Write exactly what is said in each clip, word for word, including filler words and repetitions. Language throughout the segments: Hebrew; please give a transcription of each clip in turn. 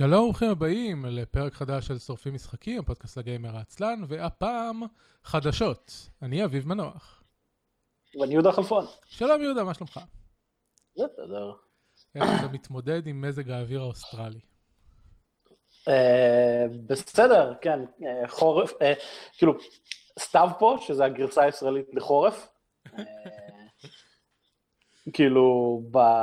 שלום, ברוכים הבאים לפרק חדש של שורפים משחקים, הפודקאסט לגיימר העצלן, והפעם חדשות. אני אביב מנוח. ואני יהודה חלפון. שלום יהודה, מה שלומך? זה בסדר. איך אתה מתמודד עם מזג האוויר האוסטרלי? בסדר, כן, חורף, כאילו, סתיו פה, שזה הגרסה הישראלית לחורף. כאילו,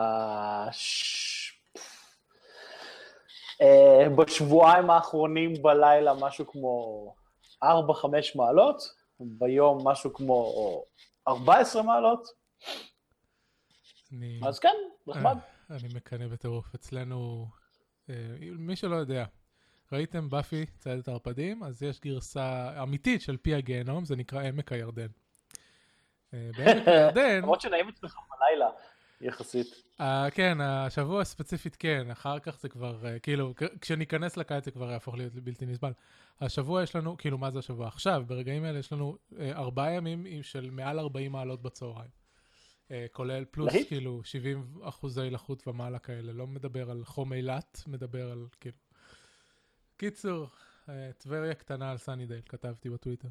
בשבועיים האחרונים בלילה משהו כמו ארבע חמש מעלות, ביום משהו כמו ארבע עשרה מעלות. אז כן, נחמד. אני מקנא בטירוף. אצלנו, מי שלא יודע, ראיתם באפי ציידת הערפדים? אז יש גרסה אמיתית של פי הגיהנום, זה נקרא עמק הירדן. בעמק הירדן... למרות שנעים אצלך בלילה, יחסית. כן, השבוע ספציפית כן, אחר כך זה כבר, כאילו, כשניכנס לקיץ זה כבר יהפוך להיות בלתי נסבל. השבוע יש לנו, כאילו, מה זה השבוע? עכשיו, ברגעים האלה יש לנו ארבעה ימים של מעל ארבעים מעלות בצהריים. כולל פלוס, כאילו, שבעים אחוזי לחות ומעלה כאלה. לא מדבר על חום אילת, מדבר על, כאילו... קיצור, טבריה קטנה על סנידייל, כתבתי בטוויטר.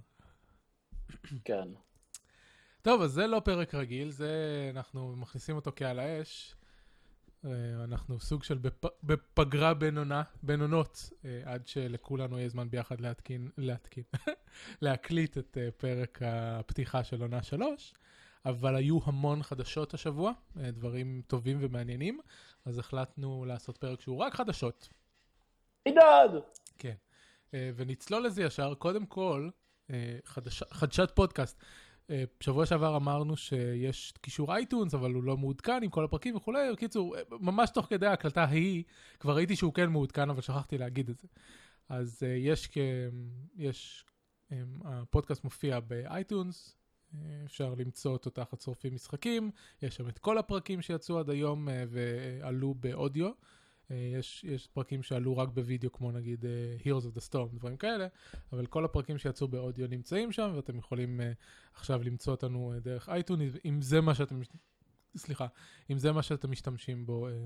כן. טוב, אז זה לא פרק רגיל, זה אנחנו מכניסים אותו כעל האש. אנחנו סוג של בפ... בפגרה בינונה, בינונות, עד שלכולנו יהיה זמן ביחד להתקין, להתקין, להקליט את פרק הפתיחה של עונה שלוש, אבל היו המון חדשות השבוע, דברים טובים ומעניינים, אז החלטנו לעשות פרק שהוא רק חדשות. עידד! כן, ונצלול לזה ישר, קודם כל, חדש... חדשת פודקאסט. בשבוע שעבר אמרנו שיש קישור אייטונס, אבל הוא לא מעודכן עם כל הפרקים וכולי. בקיצור, ממש תוך כדי ההקלטה ההיא, כבר ראיתי שהוא כן מעודכן, אבל שכחתי להגיד את זה. אז יש, יש, הפודקאסט מופיע באייטונס, אפשר למצוא אותו תחת שורפים משחקים, יש שם את כל הפרקים שיצאו עד היום ועלו באודיו. יש, יש פרקים שעלו רק בווידאו, כמו נגיד uh, Heroes of the Storm, דברים כאלה, אבל כל הפרקים שיצאו באודיו נמצאים שם, ואתם יכולים uh, עכשיו למצוא אותנו uh, דרך אייטון, אם זה מה שאתם, סליחה, אם זה מה שאתם משתמשים בו um,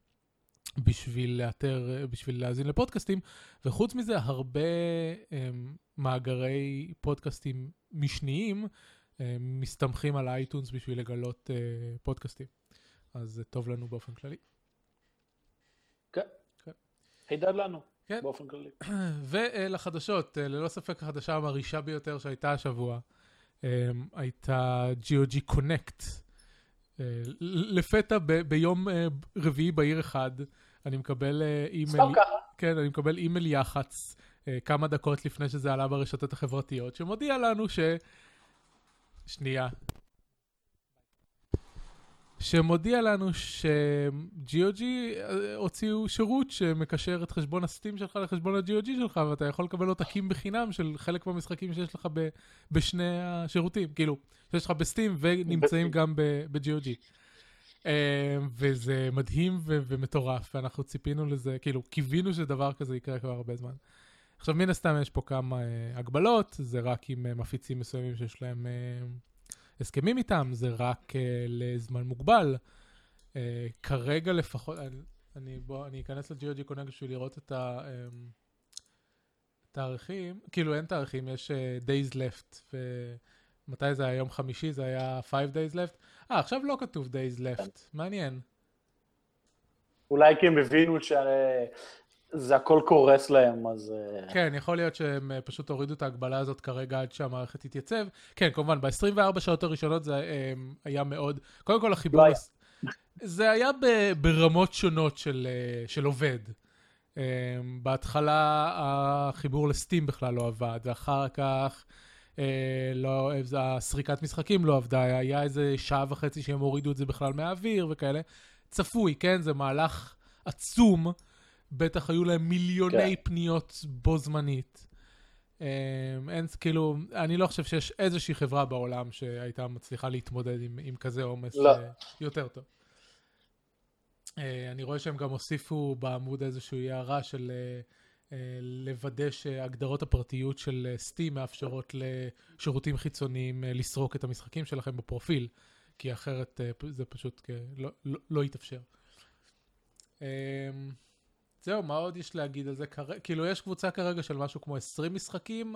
בשביל לאתר, uh, בשביל להאזין לפודקאסטים, וחוץ מזה הרבה um, מאגרי פודקאסטים משניים, um, מסתמכים על אייטונס בשביל לגלות uh, פודקאסטים, אז זה טוב לנו באופן כללי. כן, הידד לנו, באופן כללי. ולחדשות, ללא ספק החדשה המרישה ביותר שהייתה השבוע, הייתה ג'י או ג'י Connect. לפתע ביום רביעי בעיר אחד, אני מקבל אימייל... סתם ככה. כן, אני מקבל אימייל יח"צ, כמה דקות לפני שזה עלה ברשתות החברתיות, שמודיע לנו ש... שנייה. שמודיע לנו ש-ג'י או ג'י הוציאו שירות שמקשר את חשבון הסטים שלך לחשבון ה-ג'י או ג'י שלך, ואתה יכול לקבל עותקים בחינם של חלק מהמשחקים שיש לך ב- בשני השירותים, כאילו, שיש לך בסטים ונמצאים גם ב-ג'י או ג'י. וזה מדהים ו- ומטורף, ואנחנו ציפינו לזה, כאילו, קיווינו שדבר כזה יקרה כבר הרבה זמן. עכשיו, מן הסתם יש פה כמה הגבלות, זה רק עם מפיצים מסוימים שיש להם... הסכמים איתם, זה רק uh, לזמן מוגבל. Uh, כרגע לפחות, אני, אני, בוא, אני אכנס ל-ג'י או ג'י Connect בשביל לראות את התאריכים, כאילו אין תאריכים, יש uh, days left, ומתי זה היה? יום חמישי, זה היה five days left. אה, עכשיו לא כתוב days left, מעניין. אולי כי הם הבינו שזה הכל קורס להם, אז... כן, יכול להיות שהם פשוט הורידו את ההגבלה הזאת כרגע עד שהמערכת תתייצב. כן, כמובן, ב-עשרים וארבע שעות הראשונות זה היה מאוד... קודם כל, החיבור... זה היה ברמות שונות של, של עובד. בהתחלה החיבור לסטים בכלל לא עבד, ואחר כך לא, הסריקת משחקים לא עבדה, היה איזה שעה וחצי שהם הורידו את זה בכלל מהאוויר וכאלה. צפוי, כן? זה מהלך עצום. בטח היו להם מיליוני פניות בו זמנית. אין, כאילו, אני לא חושב שיש איזושהי חברה בעולם שהייתה מצליחה להתמודד עם, עם כזה עומס יותר טוב. אני רואה שהם גם הוסיפו בעמוד איזושהי הערה של לוודא שהגדרות הפרטיות של סטים מאפשרות לשירותים חיצוניים לסרוק את המשחקים שלכם בפרופיל, כי אחרת זה פשוט לא, לא, לא יתאפשר. זהו, מה עוד יש להגיד על זה? כאילו, יש קבוצה כרגע של משהו כמו עשרים משחקים,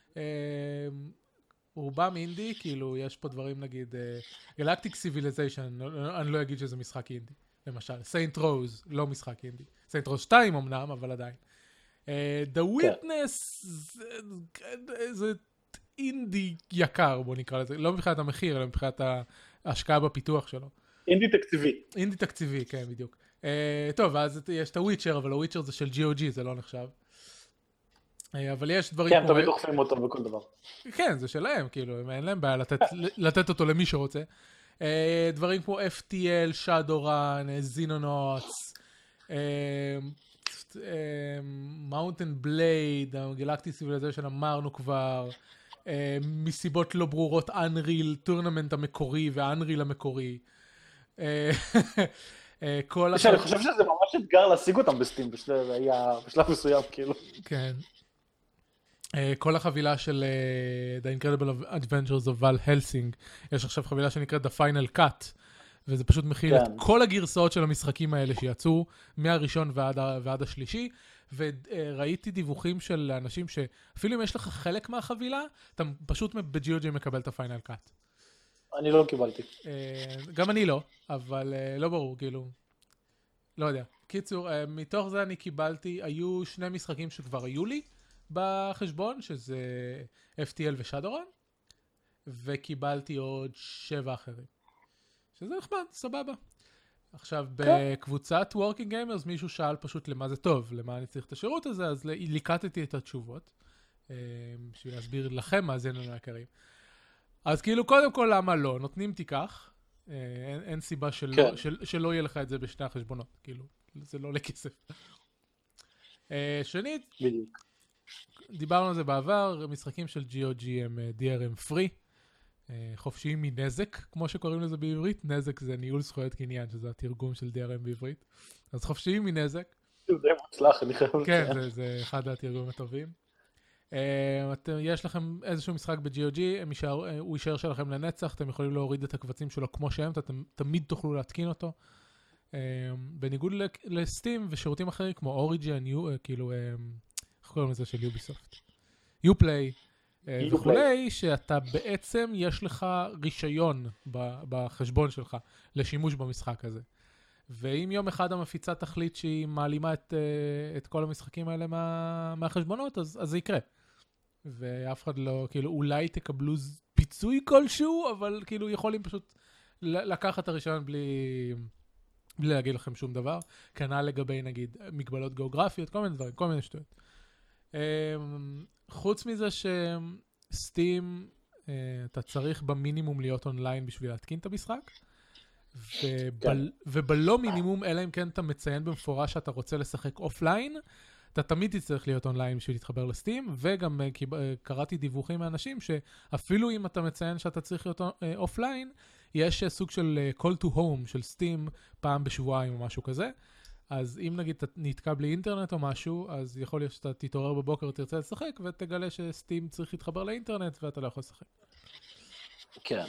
רובם אינדי, כאילו, יש פה דברים, נגיד, Galactic Civilization, אני לא אגיד שזה משחק אינדי, למשל, Saint Rose, לא משחק אינדי. Saint Rose שתיים אמנם, אבל עדיין. The Witness, זה אינדי יקר, בוא נקרא לזה, לא מבחינת המחיר, אלא מבחינת ההשקעה בפיתוח שלו. אינדי תקציבי. אינדי תקציבי, כן, בדיוק. טוב, אז יש את הוויצ'ר, אבל הוויצ'ר זה של ג'י או ג'י, זה לא נחשב. אבל יש דברים כן, תמיד דוחפים אותו בכל דבר. כן, זה שלהם, כאילו, אין להם בעיה לתת אותו למי שרוצה. דברים כמו אף טי אל, Shadowrun, Xenonauts, Mountain Blade, Galactic Civilization אמרנו כבר, מסיבות לא ברורות, Unreal, Tournament המקורי ו-Unreal המקורי. אני חושב שזה ממש אתגר להשיג אותם בסטים, בשלב מסוים, כאילו. כן. כל החבילה של The Incredible Adventures of Val Helsing, יש עכשיו חבילה שנקראת The Final Cut, וזה פשוט מכיל את כל הגרסאות של המשחקים האלה שיצאו, מהראשון ועד השלישי, וראיתי דיווחים של אנשים שאפילו אם יש לך חלק מהחבילה, אתה פשוט ב-ג'י או ג'י מקבל את ה-Final Cut. אני לא קיבלתי. גם אני לא, אבל לא ברור, כאילו, לא יודע. קיצור, מתוך זה אני קיבלתי, היו שני משחקים שכבר היו לי, בחשבון, שזה אף טי אל ו-Shadowrun, וקיבלתי עוד שבע אחרים. שזה נחמד, סבבה. עכשיו, בקבוצת Working Gamers, מישהו שאל פשוט למה זה טוב, למה אני צריך את השירות הזה, אז ליקטתי את התשובות, בשביל להסביר לכם מה זה לנו היקרים. אז כאילו, קודם כל, למה לא? נותנים תיקח, אין, אין סיבה שלא, של, שלא יהיה לך את זה בשני החשבונות, כאילו, זה לא לכסף. שנית, בדיוק. דיברנו על זה בעבר, משחקים של ג'י או ג'י הם די אר אם free, חופשיים מנזק, כמו שקוראים לזה בעברית, נזק זה ניהול זכויות קניין, שזה התרגום של די אר אם בעברית, אז חופשיים מנזק. זה די מוצלח, אני חייב לציין. כן, זה, זה אחד התרגומים הטובים. יש לכם איזשהו משחק ב-ג'י או ג'י, הוא יישאר שלכם לנצח, אתם יכולים להוריד את הקבצים שלו כמו שהם, אתם תמיד תוכלו להתקין אותו. בניגוד לסטים ושירותים אחרים, כמו אוריג'ן, כאילו, איך קוראים לזה של יוביסופט? יופליי וכולי, שאתה בעצם יש לך רישיון בחשבון שלך לשימוש במשחק הזה. ואם יום אחד המפיצה תחליט שהיא מעלימה את, את כל המשחקים האלה מה, מהחשבונות, אז, אז זה יקרה. ואף אחד לא, כאילו, אולי תקבלו פיצוי כלשהו, אבל כאילו יכולים פשוט לקחת את הרישיון בלי, בלי להגיד לכם שום דבר. כנ"ל לגבי, נגיד, מגבלות גיאוגרפיות, כל מיני דברים, כל מיני שטויות. חוץ מזה שסטים, אתה צריך במינימום להיות אונליין בשביל להתקין את המשחק, ובל, ובלא מינימום, אלא אם כן אתה מציין במפורש שאתה רוצה לשחק אופליין, אתה תמיד תצטרך להיות אונליין בשביל להתחבר לסטים, וגם קראתי דיווחים מאנשים שאפילו אם אתה מציין שאתה צריך להיות אופליין, יש סוג של call to home של סטים פעם בשבועיים או משהו כזה, אז אם נגיד אתה נתקע בלי אינטרנט או משהו, אז יכול להיות שאתה תתעורר בבוקר ותרצה לשחק, ותגלה שסטים צריך להתחבר לאינטרנט ואתה לא יכול לשחק. כן.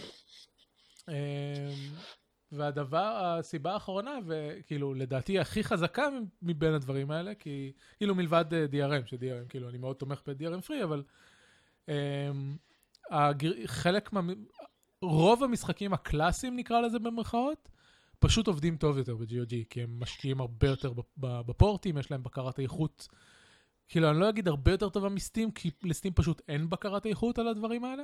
והדבר, הסיבה האחרונה, וכאילו לדעתי הכי חזקה מבין הדברים האלה, כי כאילו מלבד די אר אם, ש-די אר אם, כאילו אני מאוד תומך ב-די אר אם free, אבל חלק מה... רוב המשחקים הקלאסיים, נקרא לזה במרכאות, פשוט עובדים טוב יותר ב-ג'י או ג'י, כי הם משקיעים הרבה יותר בפורטים, יש להם בקרת איכות, כאילו אני לא אגיד הרבה יותר טובה מסטים, כי לסטים פשוט אין בקרת איכות על הדברים האלה,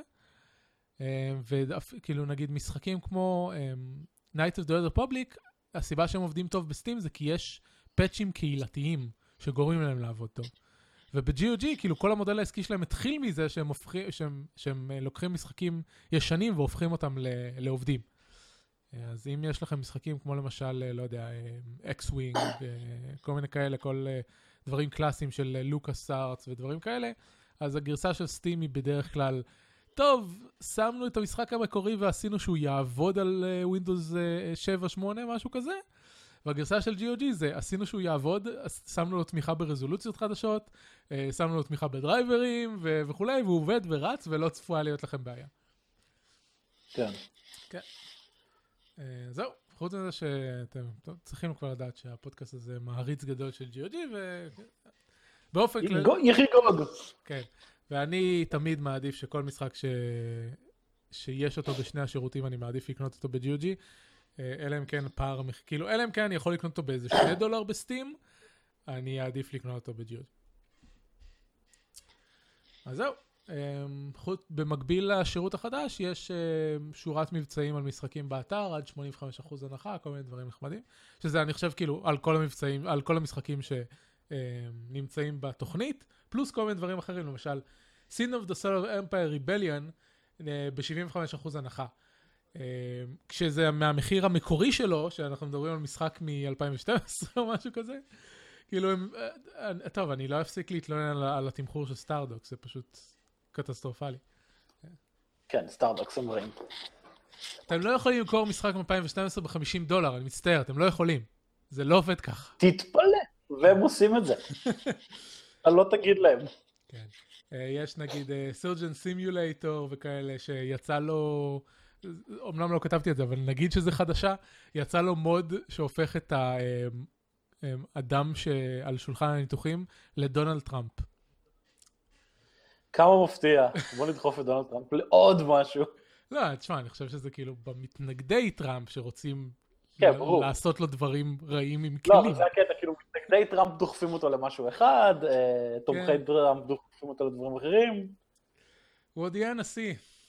וכאילו נגיד משחקים כמו Knights of the Old Republic, הסיבה שהם עובדים טוב בסטים זה כי יש פאצ'ים קהילתיים שגורמים להם לעבוד טוב. וב-ג'י או ג'י, כאילו כל המודל העסקי שלהם התחיל מזה שהם, הופכים, שהם, שהם לוקחים משחקים ישנים והופכים אותם ל- לעובדים. אז אם יש לכם משחקים כמו למשל, לא יודע, X-Wing, כל מיני כאלה, כל דברים קלאסיים של לוקאס ארטס ודברים כאלה, אז הגרסה של סטים היא בדרך כלל, טוב, שמנו את המשחק המקורי ועשינו שהוא יעבוד על Windows שבע שמונה, משהו כזה, והגרסה של ג'י או ג'י זה, עשינו שהוא יעבוד, שמנו לו תמיכה ברזולוציות חדשות, שמנו לו תמיכה בדרייברים ו- וכולי, והוא עובד ורץ ולא צפויה להיות לכם בעיה. כן. כן. זהו, חוץ מזה שאתם צריכים כבר לדעת שהפודקאסט הזה מעריץ גדול של ג'י או ג'י, ובאופן כלל... יחיגוג. כן, ואני תמיד מעדיף שכל משחק ש... שיש אותו בשני השירותים, אני מעדיף לקנות אותו ב-ג'י או ג'י, אלא אם כן פער, כאילו, אלא אם כן אני יכול לקנות אותו באיזה שני דולר בסטים, אני אעדיף לקנות אותו ב-ג'י או ג'י. אז זהו. במקביל לשירות החדש, יש שורת מבצעים על משחקים באתר, עד שמונים וחמישה אחוז הנחה, כל מיני דברים נחמדים, שזה אני חושב כאילו על כל המבצעים, על כל המשחקים שנמצאים בתוכנית, פלוס כל מיני דברים אחרים, למשל, Sin of the Soul of Empire Rebellion, ב-שבעים וחמישה אחוז הנחה. כשזה מהמחיר המקורי שלו, שאנחנו מדברים על משחק מ-אלפיים ושתים עשרה או משהו כזה, כאילו, טוב, אני לא אפסיק להתלונן על התמחור של סטארדוקס, זה פשוט קטסטרופלי. כן, סטארדוקס אומרים. אתם לא יכולים למכור משחק מ-אלפיים ושתים עשרה ב-חמישים דולר, אני מצטער, אתם לא יכולים. זה לא עובד ככה. תתפלא, והם עושים את זה. אתה לא תגיד להם. כן. יש נגיד סרג'ן סימיולייטור וכאלה שיצא לו, אומנם לא כתבתי את זה, אבל נגיד שזה חדשה, יצא לו מוד שהופך את האדם שעל שולחן הניתוחים לדונלד טראמפ. כמה מפתיע, בוא נדחוף את דונלד טראמפ לעוד משהו. לא, תשמע, אני חושב שזה כאילו במתנגדי טראמפ שרוצים כן, ל- ברור. לעשות לו דברים רעים עם לא, כלים. אבל זה הקטע, כאילו מתנגדי טראמפ דוחפים אותו למשהו אחד, אה, תומכי כן. טראמפ דוחפים אותו לדברים אחרים. הוא עוד יהיה הנשיא.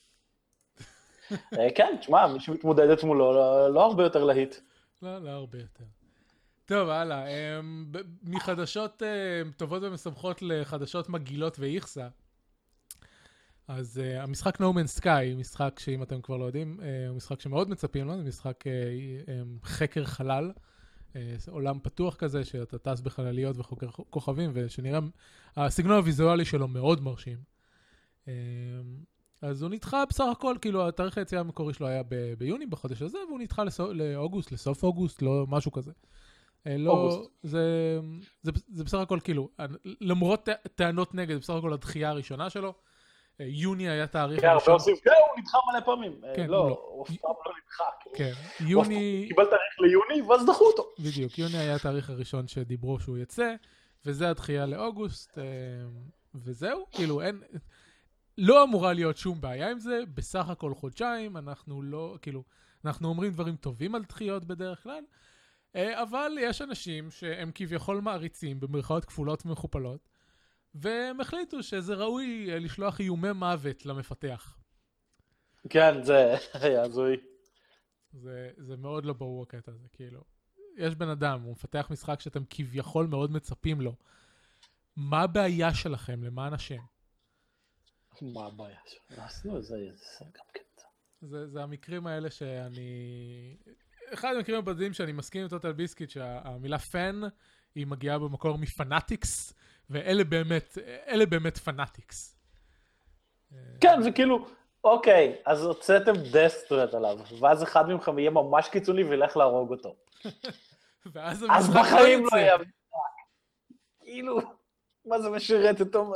אה, כן, תשמע, מי שמתמודדת מולו לא, לא הרבה יותר להיט. לא, לא הרבה יותר. טוב, הלאה. אמ, ב- מחדשות אמ, טובות ומשמחות לחדשות מגעילות ואיכסה. אז uh, המשחק No Man's Sky, משחק שאם אתם כבר לא יודעים, uh, הוא משחק שמאוד מצפים לו, זה משחק uh, um, חקר חלל, uh, עולם פתוח כזה, שאתה טס בחלליות וחוקר כוכבים, ושנראה, הסגנון הוויזואלי שלו מאוד מרשים. Uh, אז הוא נדחה בסך הכל, כאילו התאריך היציאה המקורי שלו היה ב- ביוני בחודש הזה, והוא נדחה לסוף, לאוגוסט, לסוף אוגוסט, לא משהו כזה. Uh, לא, אוגוסט. זה, זה, זה בסך הכל כאילו, למרות טענות נגד, בסך הכל הדחייה הראשונה שלו, יוני היה תאריך כן, הרבה עושים, כן, הוא נדחה מלא פעמים. אה, כן, לא, הוא לא. הוא אף פעם לא נדחה. כאילו. כן, הוא יוני, קיבל תאריך ליוני, ואז דחו אותו. בדיוק, יוני היה התאריך הראשון שדיברו שהוא יצא, וזה הדחייה לאוגוסט, אה, וזהו, כאילו אין, לא אמורה להיות שום בעיה עם זה, בסך הכל חודשיים, אנחנו לא, כאילו, אנחנו אומרים דברים טובים על דחיות בדרך כלל, אה, אבל יש אנשים שהם כביכול מעריצים, במרכאות כפולות ומכופלות, והם החליטו שזה ראוי אה, לשלוח איומי מוות למפתח. כן, זה היה הזוי. זה, זה מאוד לא ברור הקטע הזה, כאילו. יש בן אדם, הוא מפתח משחק שאתם כביכול מאוד מצפים לו. מה הבעיה שלכם, למען השם? מה הבעיה? עשינו את זה, זה גם קטע. זה, זה המקרים האלה שאני... אחד המקרים הבודדים שאני מסכים עם טוטל ביסקיט, שהמילה פן היא מגיעה במקור מפנאטיקס, ואלה באמת, אלה באמת פנאטיקס. כן, זה כאילו, אוקיי, אז הוצאתם דסטרט עליו, ואז אחד מכם יהיה ממש קיצוני וילך להרוג אותו. ואז אז המשחק בחיים יוצא. לא היה משחק. כאילו, מה זה משרת אותו?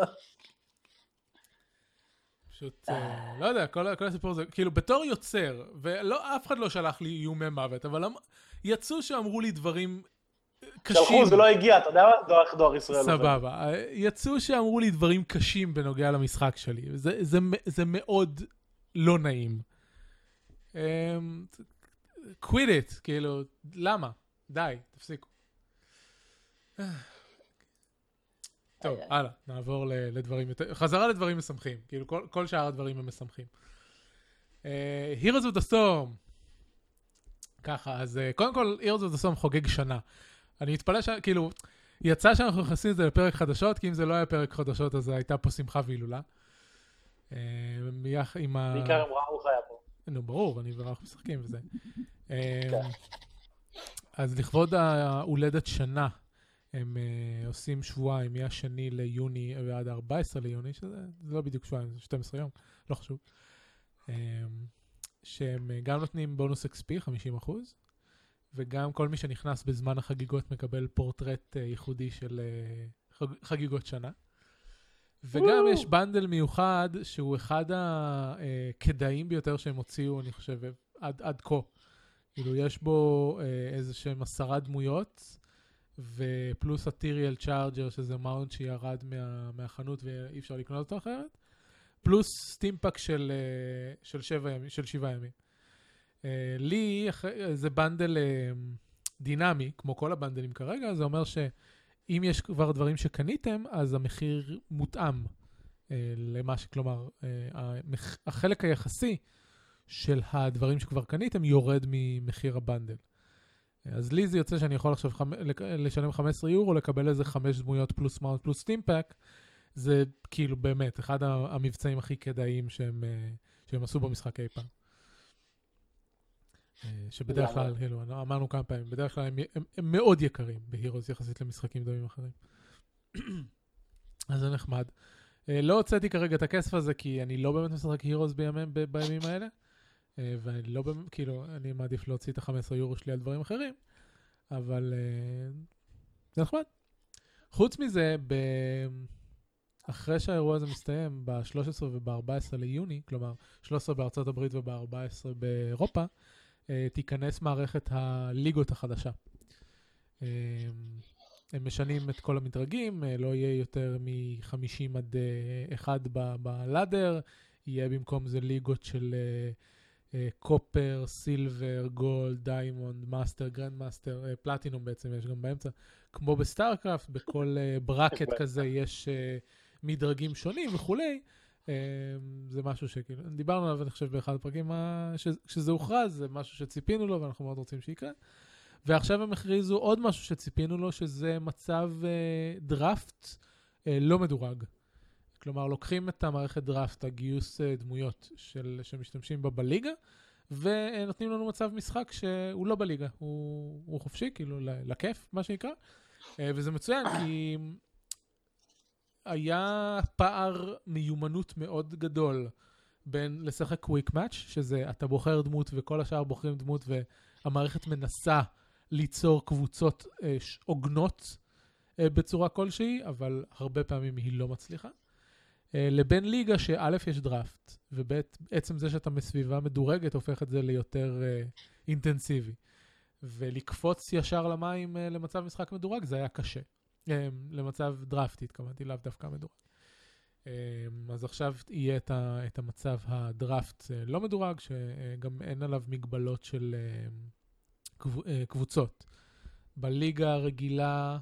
פשוט, אה, לא יודע, כל, כל הסיפור הזה, כאילו בתור יוצר, ולא, אף אחד לא שלח לי איומי מוות, אבל אמ- יצאו שאמרו לי דברים קשים. שלחו, זה לא הגיע, אתה יודע מה? דואר, דואר ישראל. עובד. סבבה. אה, יצאו שאמרו לי דברים קשים בנוגע למשחק שלי. זה, זה, זה מאוד לא נעים. אמ, quit it, כאילו, למה? די, תפסיקו. טוב, הלאה, נעבור ל- לדברים יותר, חזרה לדברים משמחים, כאילו כל, כל שאר הדברים הם משמחים. Uh, Heroes of the Storm, ככה, אז uh, קודם כל, Heroes of the Storm חוגג שנה. אני מתפלא ש... כאילו, יצא שאנחנו נכנסים את זה לפרק חדשות, כי אם זה לא היה פרק חדשות, אז הייתה פה שמחה והילולה. Uh, ביח, עם ה... בעיקר עם רעוך היה פה. נו, ברור, אני ורח משחקים וזה. Uh, אז לכבוד ההולדת שנה, הם uh, עושים שבועיים, מהשני ליוני ועד ה-ארבעה עשר ליוני, שזה זה לא בדיוק שבועיים, זה שנים עשר יום, לא חשוב. Um, שהם uh, גם נותנים בונוס אקס פי, חמישים אחוז, וגם כל מי שנכנס בזמן החגיגות מקבל פורטרט uh, ייחודי של uh, חג, חגיגות שנה. וגם יש בנדל מיוחד, שהוא אחד הכדאים ביותר שהם הוציאו, אני חושב, עד, עד כה. כאילו, יש בו איזה שהם עשרה דמויות, ופלוס הטיריאל צ'ארג'ר, שזה מאונט שירד מה, מהחנות ואי אפשר לקנות אותו אחרת, פלוס סטימפאק של, של, שבע ימים, של שבעה ימים. לי, זה בנדל דינמי, כמו כל הבנדלים כרגע, זה אומר שאם יש כבר דברים שקניתם, אז המחיר מותאם למה ש... כלומר, החלק היחסי של הדברים שכבר קניתם יורד ממחיר הבנדל. אז לי זה יוצא שאני יכול עכשיו חמ... לשלם חמישה עשר יורו, לקבל איזה חמש דמויות פלוס מאונט פלוס סטימפאק, זה כאילו באמת אחד המבצעים הכי כדאיים שהם, שהם עשו במשחק אי פעם. שבדרך כלל, כאילו, אמרנו כמה פעמים, בדרך כלל הם, הם, הם מאוד יקרים בהירוס יחסית למשחקים דומים אחרים. אז זה נחמד. לא הוצאתי כרגע את הכסף הזה, כי אני לא באמת משחק הירוס בימים, בימים האלה, ואני לא באמת, כאילו, אני מעדיף להוציא את ה-חמישה עשר יורו שלי על דברים אחרים, אבל זה נחמד. חוץ מזה, ב... אחרי שהאירוע הזה מסתיים, ב-שלושה עשר וב-ארבעה עשר ליוני, כלומר, שלושה עשר בארצות הברית וב-ארבעה עשר באירופה, תיכנס מערכת הליגות החדשה. הם משנים את כל המדרגים, לא יהיה יותר מ-חמישים עד אחד בלאדר, יהיה במקום זה ליגות של קופר, סילבר, גולד, דיימונד, מאסטר, גרנד מאסטר, פלטינום בעצם יש גם באמצע, כמו בסטארקראפט, בכל ברקט כזה יש מדרגים שונים וכולי. זה משהו שכאילו, דיברנו עליו, אני חושב, באחד הפרקים, שזה הוכרז, זה משהו שציפינו לו, ואנחנו מאוד רוצים שיקרה. ועכשיו הם הכריזו עוד משהו שציפינו לו, שזה מצב דראפט לא מדורג. כלומר, לוקחים את המערכת דראפט, הגיוס דמויות של, שמשתמשים בה בליגה, ונותנים לנו מצב משחק שהוא לא בליגה, הוא, הוא חופשי, כאילו, לכיף, מה שנקרא. וזה מצוין, כי היה פער מיומנות מאוד גדול בין לשחק קוויק מאץ', שזה אתה בוחר דמות וכל השאר בוחרים דמות, והמערכת מנסה ליצור קבוצות עוגנות בצורה כלשהי, אבל הרבה פעמים היא לא מצליחה. לבין ליגה שא' יש דראפט, ובעצם זה שאתה מסביבה מדורגת הופך את זה ליותר אינטנסיבי. ולקפוץ ישר למים למצב משחק מדורג זה היה קשה. למצב דראפטי, התכוונתי, לאו דווקא מדורג. אז עכשיו יהיה את, ה, את המצב הדראפט לא מדורג, שגם אין עליו מגבלות של קבוצות. בליגה הרגילה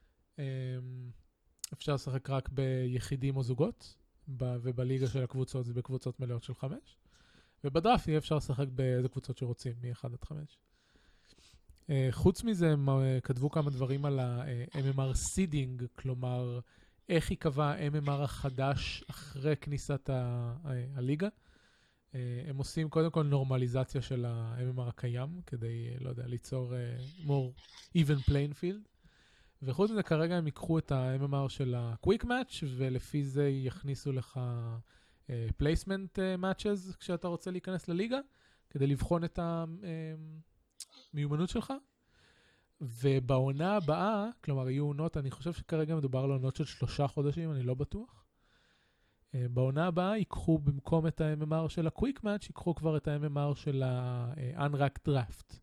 אפשר לשחק רק ביחידים או זוגות, ובליגה של הקבוצות זה בקבוצות מלאות של חמש, ובדראפט יהיה אפשר לשחק באיזה קבוצות שרוצים, מ-אחד עד חמש. חוץ מזה, הם כתבו כמה דברים על ה-אם אם אר seeding, כלומר, איך יקבע ה-אם אם אר החדש אחרי כניסת הליגה. הם עושים קודם כל נורמליזציה של ה-אם אם אר הקיים, כדי, לא יודע, ליצור more even playing field. וחוץ מזה, כרגע הם ייקחו את ה-אם אם אר של ה-Quick Match, ולפי זה יכניסו לך placement matches כשאתה רוצה להיכנס לליגה, כדי לבחון את ה... מיומנות שלך, ובעונה הבאה, כלומר יהיו עונות, אני חושב שכרגע מדובר על עונות של שלושה חודשים, אני לא בטוח. בעונה הבאה ייקחו במקום את ה-אם אם אר של ה-Quick Match, ייקחו כבר את ה-אם אם אר של ה-Unranked Draft,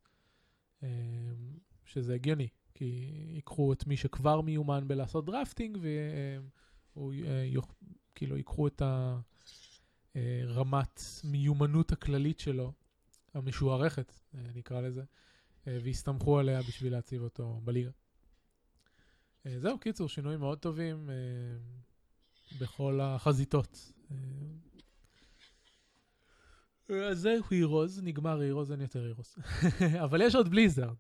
שזה הגיוני, כי ייקחו את מי שכבר מיומן בלעשות דרפטינג, וכאילו ייקחו את הרמת מיומנות הכללית שלו, המשוערכת, נקרא לזה, והסתמכו עליה בשביל להציב אותו בליגה. זהו, קיצור, שינויים מאוד טובים בכל החזיתות. אז זהו הירוז, נגמר הירוז, אין יותר הירוז. אבל יש עוד בליזארד.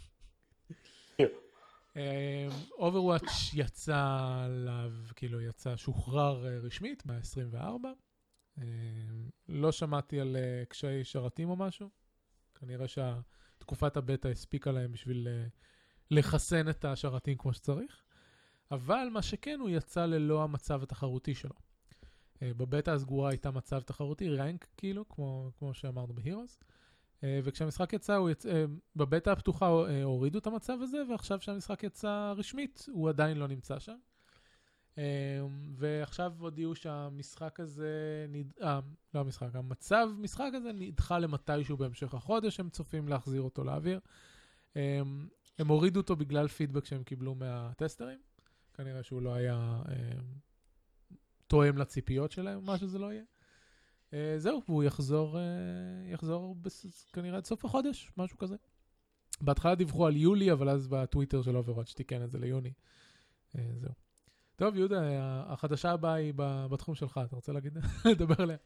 Overwatch יצא עליו, כאילו יצא שוחרר רשמית, מאה עשרים וארבע. לא שמעתי על קשיי שרתים או משהו. כנראה שתקופת הבטא הספיקה להם בשביל לחסן את השרתים כמו שצריך. אבל מה שכן, הוא יצא ללא המצב התחרותי שלו. בבטא הסגורה הייתה מצב תחרותי, רנק כאילו, כמו, כמו שאמרנו בהירוס. וכשהמשחק יצא, הוא יצא, בבטא הפתוחה הורידו את המצב הזה, ועכשיו שהמשחק יצא רשמית, הוא עדיין לא נמצא שם. ועכשיו הודיעו שהמשחק הזה, נד... אה, לא המשחק, המצב, משחק הזה נדחה למתישהו בהמשך החודש, הם צופים להחזיר אותו לאוויר. הם הורידו אותו בגלל פידבק שהם קיבלו מהטסטרים, כנראה שהוא לא היה תואם לציפיות שלהם, מה שזה לא יהיה. זהו, והוא יחזור, יחזור כנראה עד סוף החודש, משהו כזה. בהתחלה דיווחו על יולי, אבל אז בטוויטר של Overwatch תיקן את זה ליוני. זהו. טוב, יהודה, החדשה הבאה היא בתחום שלך, אתה רוצה להגיד? לדבר עליה.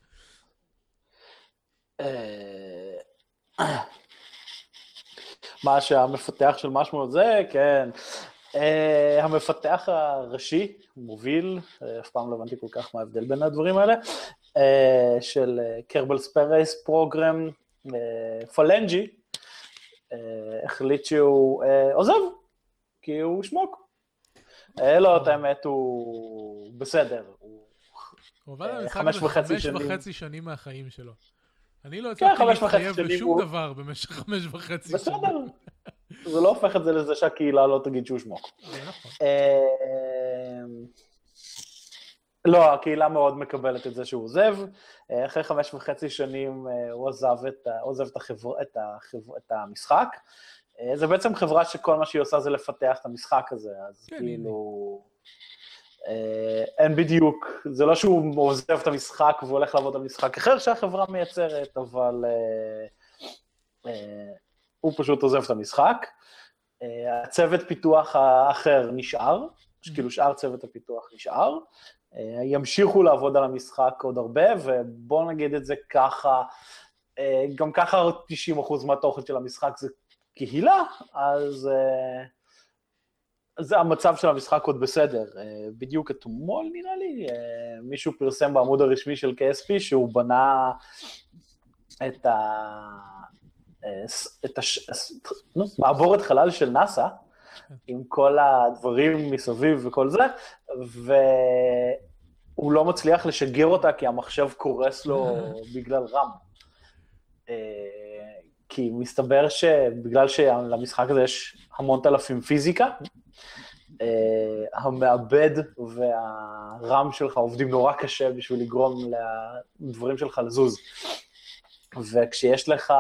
מה שהמפתח של משהו זה, כן. המפתח הראשי, מוביל, אף פעם לא הבנתי כל כך מה ההבדל בין הדברים האלה, של קרבל ספייס פרוגרם פלנג'י, החליט שהוא עוזב, כי הוא שמוק. לא, את האמת, הוא בסדר. הוא עובד על חמש וחצי שנים מהחיים שלו. אני לא הצלחתי להתחייב לשום דבר במשך חמש וחצי שנים. בסדר. זה לא הופך את זה לזה שהקהילה לא תגיד שהוא שמוק. לא, הקהילה מאוד מקבלת את זה שהוא עוזב. אחרי חמש וחצי שנים הוא עוזב את המשחק. זה בעצם חברה שכל מה שהיא עושה זה לפתח את המשחק הזה, אז כאילו... אין בדיוק, זה לא שהוא עוזב את המשחק והולך לעבוד על משחק אחר שהחברה מייצרת, אבל הוא פשוט עוזב את המשחק. הצוות פיתוח האחר נשאר, כאילו שאר צוות הפיתוח נשאר, ימשיכו לעבוד על המשחק עוד הרבה, ובואו נגיד את זה ככה, גם ככה תשעים אחוז מהתוכן של המשחק זה קהילה, אז זה המצב של המשחק עוד בסדר. בדיוק אתמול נראה לי, מישהו פרסם בעמוד הרשמי של קי אס פי שהוא בנה את ה... את מעבורת חלל של נאסא, עם כל הדברים מסביב וכל זה, והוא לא מצליח לשגר אותה כי המחשב קורס לו בגלל רם. כי מסתבר שבגלל שלמשחק הזה יש המון אלפים פיזיקה, המעבד והרם שלך עובדים נורא קשה בשביל לגרום לדברים שלך לזוז. וכשיש לך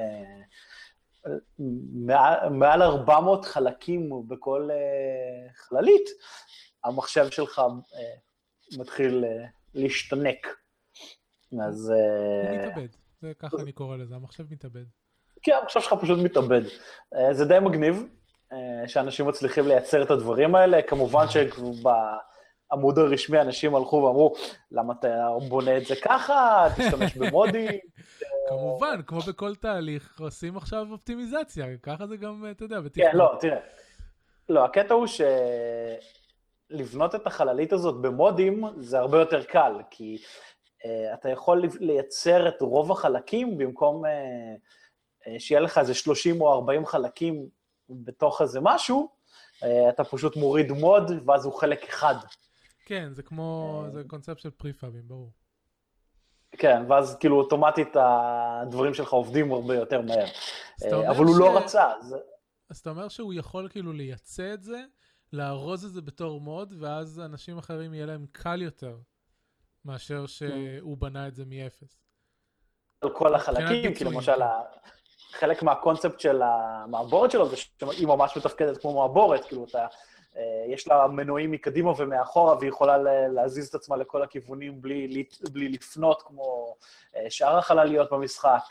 מעל ארבע מאות חלקים בכל חללית, המחשב שלך מתחיל להשתנק. אז... הוא מתאבד, זה ככה אני קורא לזה, המחשב מתאבד. כן, המחשב שלך פשוט מתאבד. זה די מגניב, שאנשים מצליחים לייצר את הדברים האלה, כמובן שבעמוד הרשמי אנשים הלכו ואמרו, למה אתה בונה את זה ככה, תשתמש במודים. כמובן, כמו בכל תהליך, עושים עכשיו אופטימיזציה, ככה זה גם, אתה יודע, כן, לא, תראה. לא, הקטע הוא שלבנות את החללית הזאת במודים, זה הרבה יותר קל, כי אתה יכול לייצר את רוב החלקים, במקום שיהיה לך איזה שלושים או ארבעים חלקים בתוך איזה משהו, אתה פשוט מוריד מוד, ואז הוא חלק אחד. כן, זה כמו, זה קונספט של פריפאבים, ברור. כן, ואז כאילו אוטומטית הדברים שלך עובדים הרבה יותר מהר. אבל הוא לא רצה. אז אתה אומר שהוא יכול כאילו לייצא את זה, לארוז את זה בתור מוד, ואז אנשים אחרים יהיה להם קל יותר, מאשר שהוא בנה את זה מאפס. על כל החלקים, כי למשל, חלק מהקונספט של המעבורת שלו, זה שהיא ממש מתפקדת כמו מעבורת, כאילו אתה... יש לה מנועים מקדימה ומאחורה, והיא יכולה להזיז את עצמה לכל הכיוונים בלי, בלי לפנות, כמו שאר החלליות במשחק.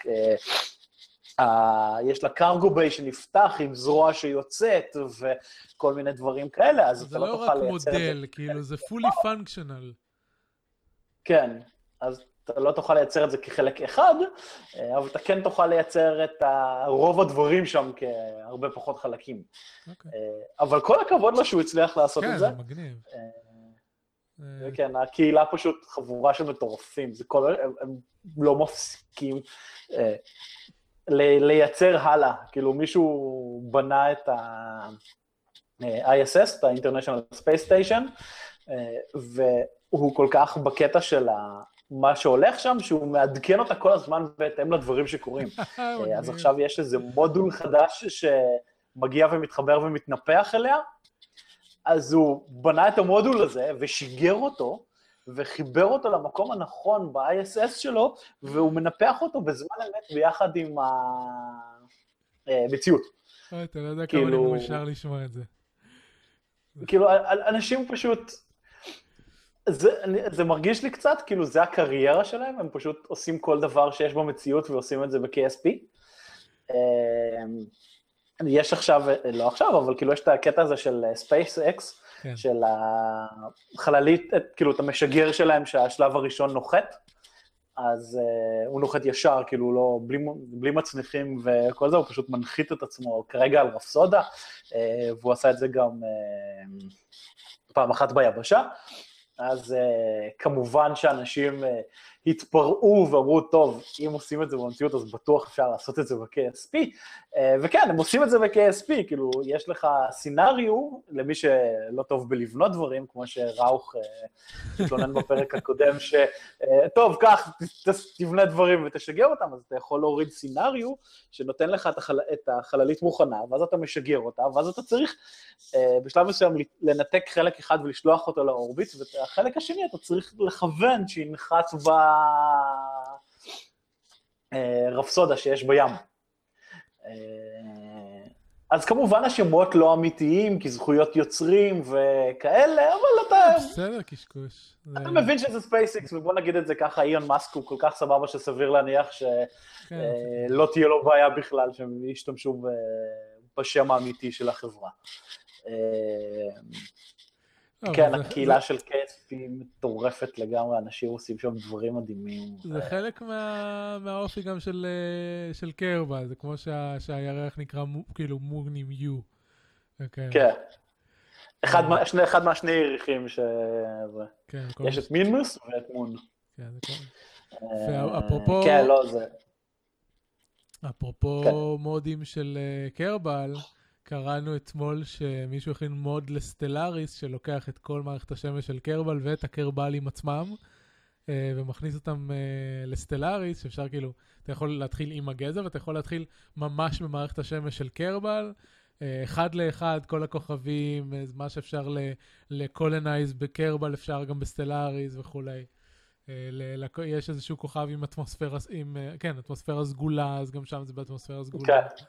יש לה קארגו ביי שנפתח עם זרוע שיוצאת, וכל מיני דברים כאלה, אז אתה לא תוכל לייצר את זה. זה לא רק מודל, כאילו זה fully functional. כן, אז אתה לא תוכל לייצר את זה כחלק אחד, אבל אתה כן תוכל לייצר את רוב הדברים שם כהרבה פחות חלקים. Okay. אבל כל הכבוד לו שהוא הצליח לעשות כן, את זה. כן, זה מגניב. וכן, הקהילה פשוט חבורה של מטורפים, זה כל, הם, הם לא מפסיקים לייצר הלאה. כאילו מישהו בנה את ה-איי אס אס, את ה-International Space Station, והוא כל כך בקטע של ה... מה שהולך שם, שהוא מעדכן אותה כל הזמן בהתאם לדברים שקורים. אז עכשיו יש איזה מודול חדש שמגיע ומתחבר ומתנפח אליה, אז הוא בנה את המודול הזה ושיגר אותו, וחיבר אותו למקום הנכון ב-איי אס אס שלו, והוא מנפח אותו בזמן אמת ביחד עם המציאות. אתה לא יודע כמה אני מאושר לשמוע את זה. כאילו, אנשים פשוט, זה מרגיש לי קצת, כאילו זה הקריירה שלהם, הם פשוט עושים כל דבר שיש במציאות ועושים את זה ב-קיי אס פי. יש עכשיו, לא עכשיו, אבל כאילו יש את הקטע הזה של SpaceX, של החללית, כאילו את המשגר שלהם שהשלב הראשון נוחת, אז הוא נוחת ישר, כאילו לא, בלי מצניחים וכל זה, הוא פשוט מנחית את עצמו כרגע על רפסודה, והוא עשה את זה גם פעם אחת ביבשה, אז כמובן שאנשים התפרעו ואמרו, טוב, אם עושים את זה במציאות, אז בטוח אפשר לעשות את זה ב-קיי אס פי, וכן, הם עושים את זה ב-קיי אס פי, כאילו, יש לך סינריו, למי שלא טוב בלבנות דברים, כמו שראוך התלונן בפרק הקודם, שטוב, כך, תבנה דברים ותשגר אותם, אז אתה יכול להוריד סינריו, שנותן לך את החללית מוכנה, ואז אתה משגר אותה, ואז אתה צריך בשלב מסוים לנתק חלק אחד ולשלוח אותו לאורביט, והחלק השני אתה צריך לכוון שינחת ברפסודה שיש בים. אז כמובן השמות לא אמיתיים, כי זכויות יוצרים וכאלה, אבל אתה... בסדר, קשקוש. אתה מבין שזה SpaceX, ובוא נגיד את זה ככה, איון מאסק הוא כל כך סבבה שסביר להניח שלא תהיה לו בעיה בכלל, שהם ישתמשו בשם האמיתי של החברה. כן, הקהילה של קיי אס פי מטורפת לגמרי, אנשים עושים שם דברים מדהימים. זה חלק מהאופי גם של קרבל, זה כמו שהירח נקרא כאילו מון עם יו. כן. אחד מהשני ירחים ש... יש את מינוס ואת מון. כן, זה כל... ואפרופו... כן, לא זה. אפרופו מודים של קרבל, קראנו אתמול שמישהו הכין מוד לסטלאריס, שלוקח את כל מערכת השמש של קרבל ואת הקרבלים עצמם, ומכניס אותם לסטלאריס, שאפשר כאילו, אתה יכול להתחיל עם הגזע, ואתה יכול להתחיל ממש במערכת השמש של קרבל, אחד לאחד, כל הכוכבים, מה שאפשר לקולנייז בקרבל, אפשר גם בסטלאריס וכולי. יש איזשהו כוכב עם אטמוספירה, עם, כן, אטמוספירה סגולה, אז גם שם זה באטמוספירה סגולה. כן.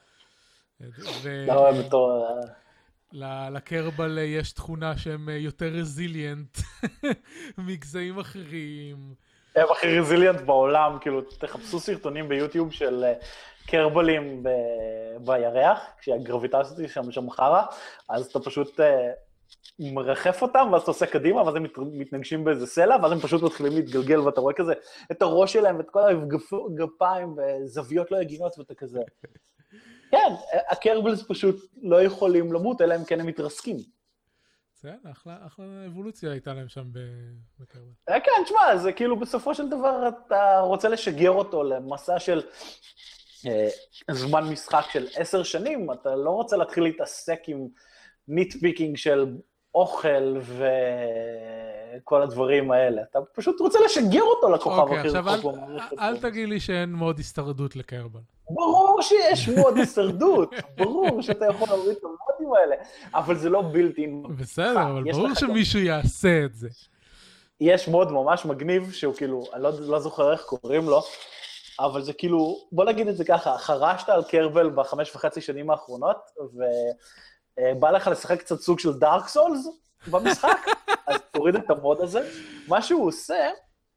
לקרבל יש תכונה שהם יותר רזיליאנט מגזעים אחרים. הם הכי רזיליאנט בעולם, כאילו תחפשו סרטונים ביוטיוב של קרבלים בירח, כשהגרביטציה שם שם חרה, אז אתה פשוט מרחף אותם, ואז אתה עושה קדימה, ואז הם מתנגשים באיזה סלע, ואז הם פשוט מתחילים להתגלגל, ואתה רואה כזה את הראש שלהם, ואת כל הגפיים, וזוויות לא הגינות, ואתה כזה... כן, הקרבלס פשוט לא יכולים למות, אלא אם כן הם מתרסקים. זה אחלה, אחלה אבולוציה הייתה להם שם בקרבל. כן, תשמע, זה כאילו בסופו של דבר אתה רוצה לשגר אותו למסע של זמן משחק של עשר שנים, אתה לא רוצה להתחיל להתעסק עם ניטפיקינג של אוכל וכל הדברים האלה, אתה פשוט רוצה לשגר אותו לכוכב הכי רחוק במערכת. אל תגיד לי שאין מאוד הישרדות לקרבל. ברור שיש מוד הישרדות, ברור שאתה יכול להוריד את המודים האלה, אבל זה לא בלתי. בסדר, אבל ברור שמישהו יעשה את זה. יש מוד ממש מגניב, שהוא כאילו, אני לא זוכר איך קוראים לו, אבל זה כאילו, בוא נגיד את זה ככה, חרשת על קרבל בחמש וחצי שנים האחרונות, ובא לך לשחק קצת סוג של דארק סולס במשחק, אז תוריד את המוד הזה. מה שהוא עושה,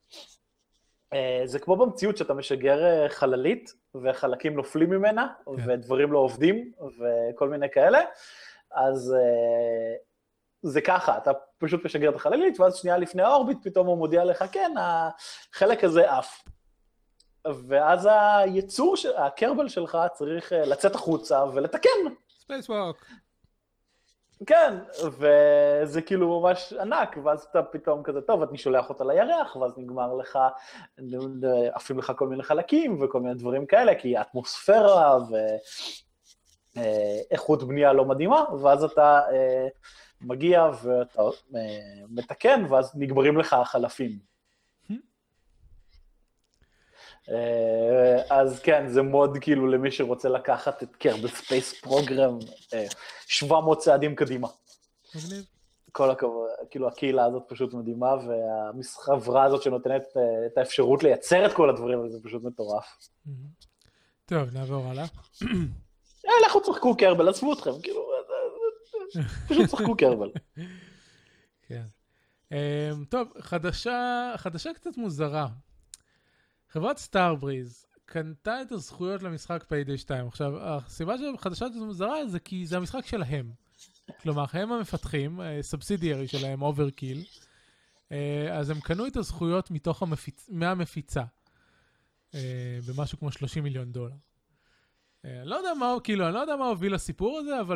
זה כמו במציאות שאתה משגר חללית, וחלקים נופלים ממנה, ודברים לא עובדים, וכל מיני כאלה, אז זה ככה, אתה פשוט משגר את החללית, ואז שנייה לפני האורביט, פתאום הוא מודיע לך, כן, החלק הזה עף. ואז היצור, הקרבל שלך צריך לצאת החוצה ולתקן. ספייסווק. כן, וזה כאילו ממש ענק, ואז אתה פתאום כזה טוב, אני שולח אותה לירח, ואז נגמר לך, עפים לך כל מיני חלקים וכל מיני דברים כאלה, כי אטמוספירה ואיכות בנייה לא מדהימה, ואז אתה מגיע ואתה מתקן, ואז נגמרים לך החלפים. אז כן, זה מוד כאילו למי שרוצה לקחת את קרבל ספייס פרוגרם שבע מאות צעדים קדימה. מגניב. כל הכבוד, כאילו הקהילה הזאת פשוט מדהימה, והחברה הזאת שנותנת את האפשרות לייצר את כל הדברים האלה, זה פשוט מטורף. טוב, נעבור הלאה. לכו צחקו קרבל, עזבו אתכם, כאילו, פשוט צחקו קרבל. כן. טוב, חדשה, חדשה קצת מוזרה. חברת סטארבריז קנתה את הזכויות למשחק פיידיי שתיים. עכשיו, הסיבה שהחדשה קצת מוזרה זה כי זה המשחק שלהם. כלומר, הם המפתחים, סובסידיארי שלהם, אוברקיל, אז הם קנו את הזכויות מתוך המפיצ... מהמפיצה, במשהו כמו שלושים מיליון דולר. אני לא יודע מה, כאילו, אני לא יודע מה הוביל לסיפור הזה, אבל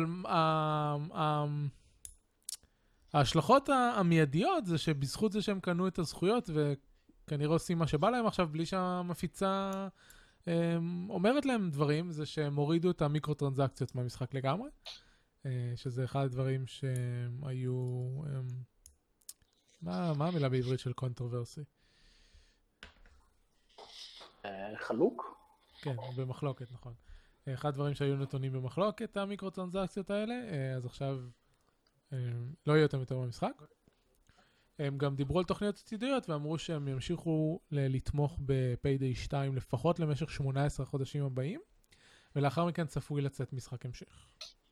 ההשלכות המיידיות זה שבזכות זה שהם קנו את הזכויות, וכנראה עושים מה שבא להם עכשיו, בלי שהמפיצה אומרת להם דברים, זה שהם הורידו את המיקרו-טרנזקציות מהמשחק לגמרי. שזה אחד הדברים שהיו... מה, מה המילה בעברית של קונטרוברסי? חלוק? כן, במחלוקת, נכון. אחד הדברים שהיו נתונים במחלוקת, המיקרו-טרנזקציות האלה, אז עכשיו לא יהיה אותם יותר במשחק. הם גם דיברו על תוכניות עתידיות ואמרו שהם ימשיכו לתמוך בפיידיי שתיים לפחות למשך שמונה עשרה חודשים הבאים, ולאחר מכן צפוי לצאת משחק המשך.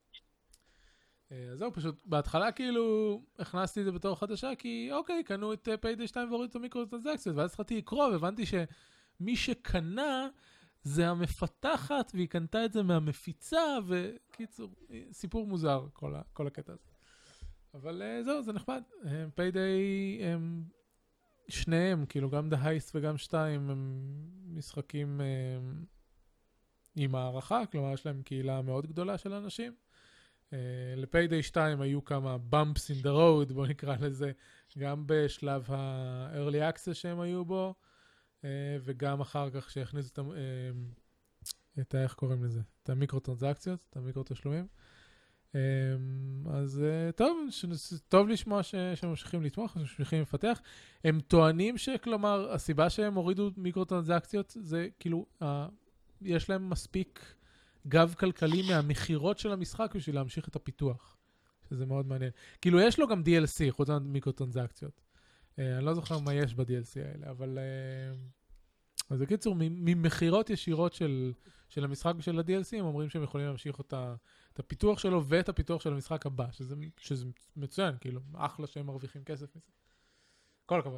אז זהו, פשוט בהתחלה כאילו הכנסתי את זה בתור חדשה, כי אוקיי, קנו את פיידיי שתיים והורידו את המיקרו-טרנזקציות, ואז התחלתי לקרוא והבנתי שמי שקנה זה המפתחת, והיא קנתה את זה מהמפיצה, וקיצור, סיפור מוזר כל, ה, כל הקטע הזה. אבל זהו, זה נחמד. פיידיי הם שניהם, כאילו גם The Heist וגם שתיים, הם משחקים הם, עם הערכה, כלומר יש להם קהילה מאוד גדולה של אנשים. Uh, לפיידיי שתיים היו כמה bumps in the road, בוא נקרא לזה, גם בשלב ה-early access שהם היו בו, uh, וגם אחר כך שהכניסו את, uh, את ה... איך קוראים לזה? את המיקרו-טרנזקציות, את המיקרו-תשלומים. Um, אז uh, טוב, ש... טוב לשמוע ש... שממשיכים לתמוך, שממשיכים לפתח. הם טוענים שכלומר, הסיבה שהם הורידו מיקרו-טרנזקציות זה כאילו, uh, יש להם מספיק גב כלכלי מהמחירות של המשחק בשביל להמשיך את הפיתוח, שזה מאוד מעניין. כאילו יש לו גם די אל סי, חוץ מהמיקרו-טרנזקציות. אני לא זוכר מה יש ב-די אל סי האלה, אבל... אז בקיצור, ממחירות ישירות של, של המשחק ושל ה-די אל סי, הם אומרים שהם יכולים להמשיך אותה, את הפיתוח שלו ואת הפיתוח של המשחק הבא, שזה, שזה מצוין, כאילו, אחלה שהם מרוויחים כסף מזה. כל הכבוד.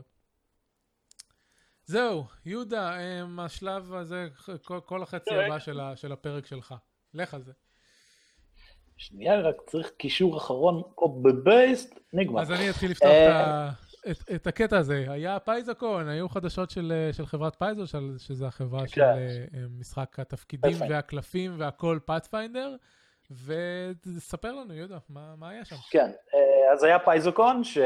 זהו, יהודה, השלב הזה, כל, כל החצי הבא של, ה, של הפרק שלך. לך על זה. שנייה, רק צריך קישור אחרון, או בבייסט, נגמר. אז אני אתחיל לפתוח את, ה, את, את הקטע הזה. היה פייזקון, היו חדשות של, של חברת פייזו, של, שזה החברה של משחק התפקידים והקלפים והכל פאת'פיינדר, וספר לנו, יהודה, מה, מה היה שם? כן, אז היה פייזקון, ש...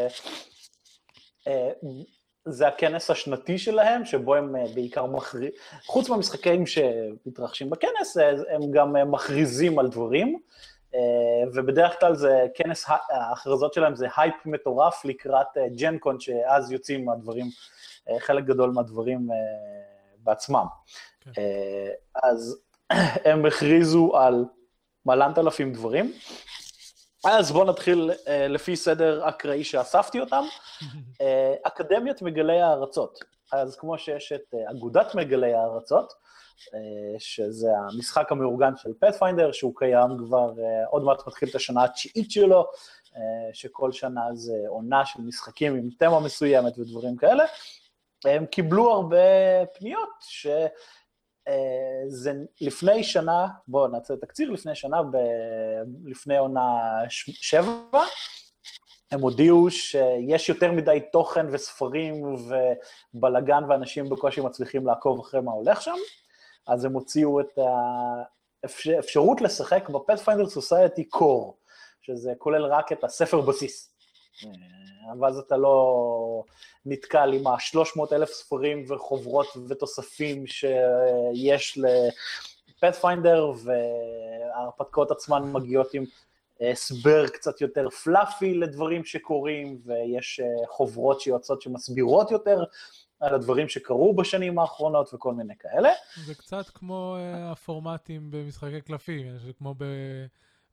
זה הכנס השנתי שלהם, שבו הם בעיקר מכריזים, חוץ מהמשחקים שמתרחשים בכנס, הם גם מכריזים על דברים, ובדרך כלל זה כנס, ההכרזות שלהם זה הייפ מטורף לקראת ג'נקון, שאז יוצאים מהדברים, חלק גדול מהדברים בעצמם. Okay. אז הם הכריזו על מלנת אלפים דברים, אז בואו נתחיל uh, לפי סדר אקראי שאספתי אותם. uh, אקדמיית מגלי הארצות. אז כמו שיש את uh, אגודת מגלי הארצות, uh, שזה המשחק המאורגן של פאת'פיינדר, שהוא קיים כבר, uh, עוד מעט מתחיל את השנה התשיעית שלו, uh, שכל שנה זה עונה של משחקים עם תמה מסוימת ודברים כאלה. הם קיבלו הרבה פניות ש... זה לפני שנה, בואו נעשה את הקציר, לפני שנה, ב- לפני עונה שבע, הם הודיעו שיש יותר מדי תוכן וספרים ובלגן, ואנשים בקושי מצליחים לעקוב אחרי מה הולך שם, אז הם הוציאו את האפשרות לשחק ב-Pathfinder Society Core, שזה כולל רק את הספר בסיס. ואז אתה לא נתקל עם ה-שלוש מאות אלף ספרים וחוברות ותוספים שיש לפאת'פיינדר, וההרפתקאות עצמן מגיעות עם הסבר קצת יותר פלאפי לדברים שקורים, ויש חוברות שיוצאות שמסבירות יותר על הדברים שקרו בשנים האחרונות וכל מיני כאלה. זה קצת כמו הפורמטים במשחקי קלפים, כמו ב...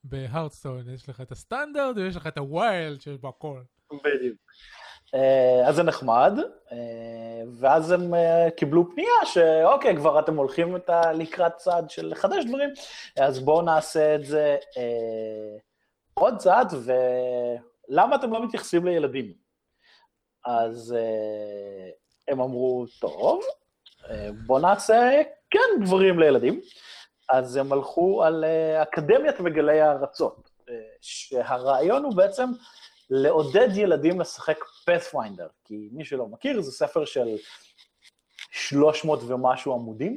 בהרדסטון, יש לך את הסטנדרט ויש לך את הוויילד שיש בו הכל. בדיוק. אז זה נחמד, ואז הם קיבלו פנייה שאוקיי, כבר אתם הולכים את הלקראת צעד של לחדש דברים, אז בואו נעשה את זה עוד צעד, ולמה אתם לא מתייחסים לילדים? אז הם אמרו, טוב, בואו נעשה כן דברים לילדים, אז הם הלכו על אקדמיית מגלי הארצות, שהרעיון הוא בעצם לעודד ילדים לשחק Pathfinder, כי מי שלא מכיר, זה ספר של שלוש מאות ומשהו עמודים,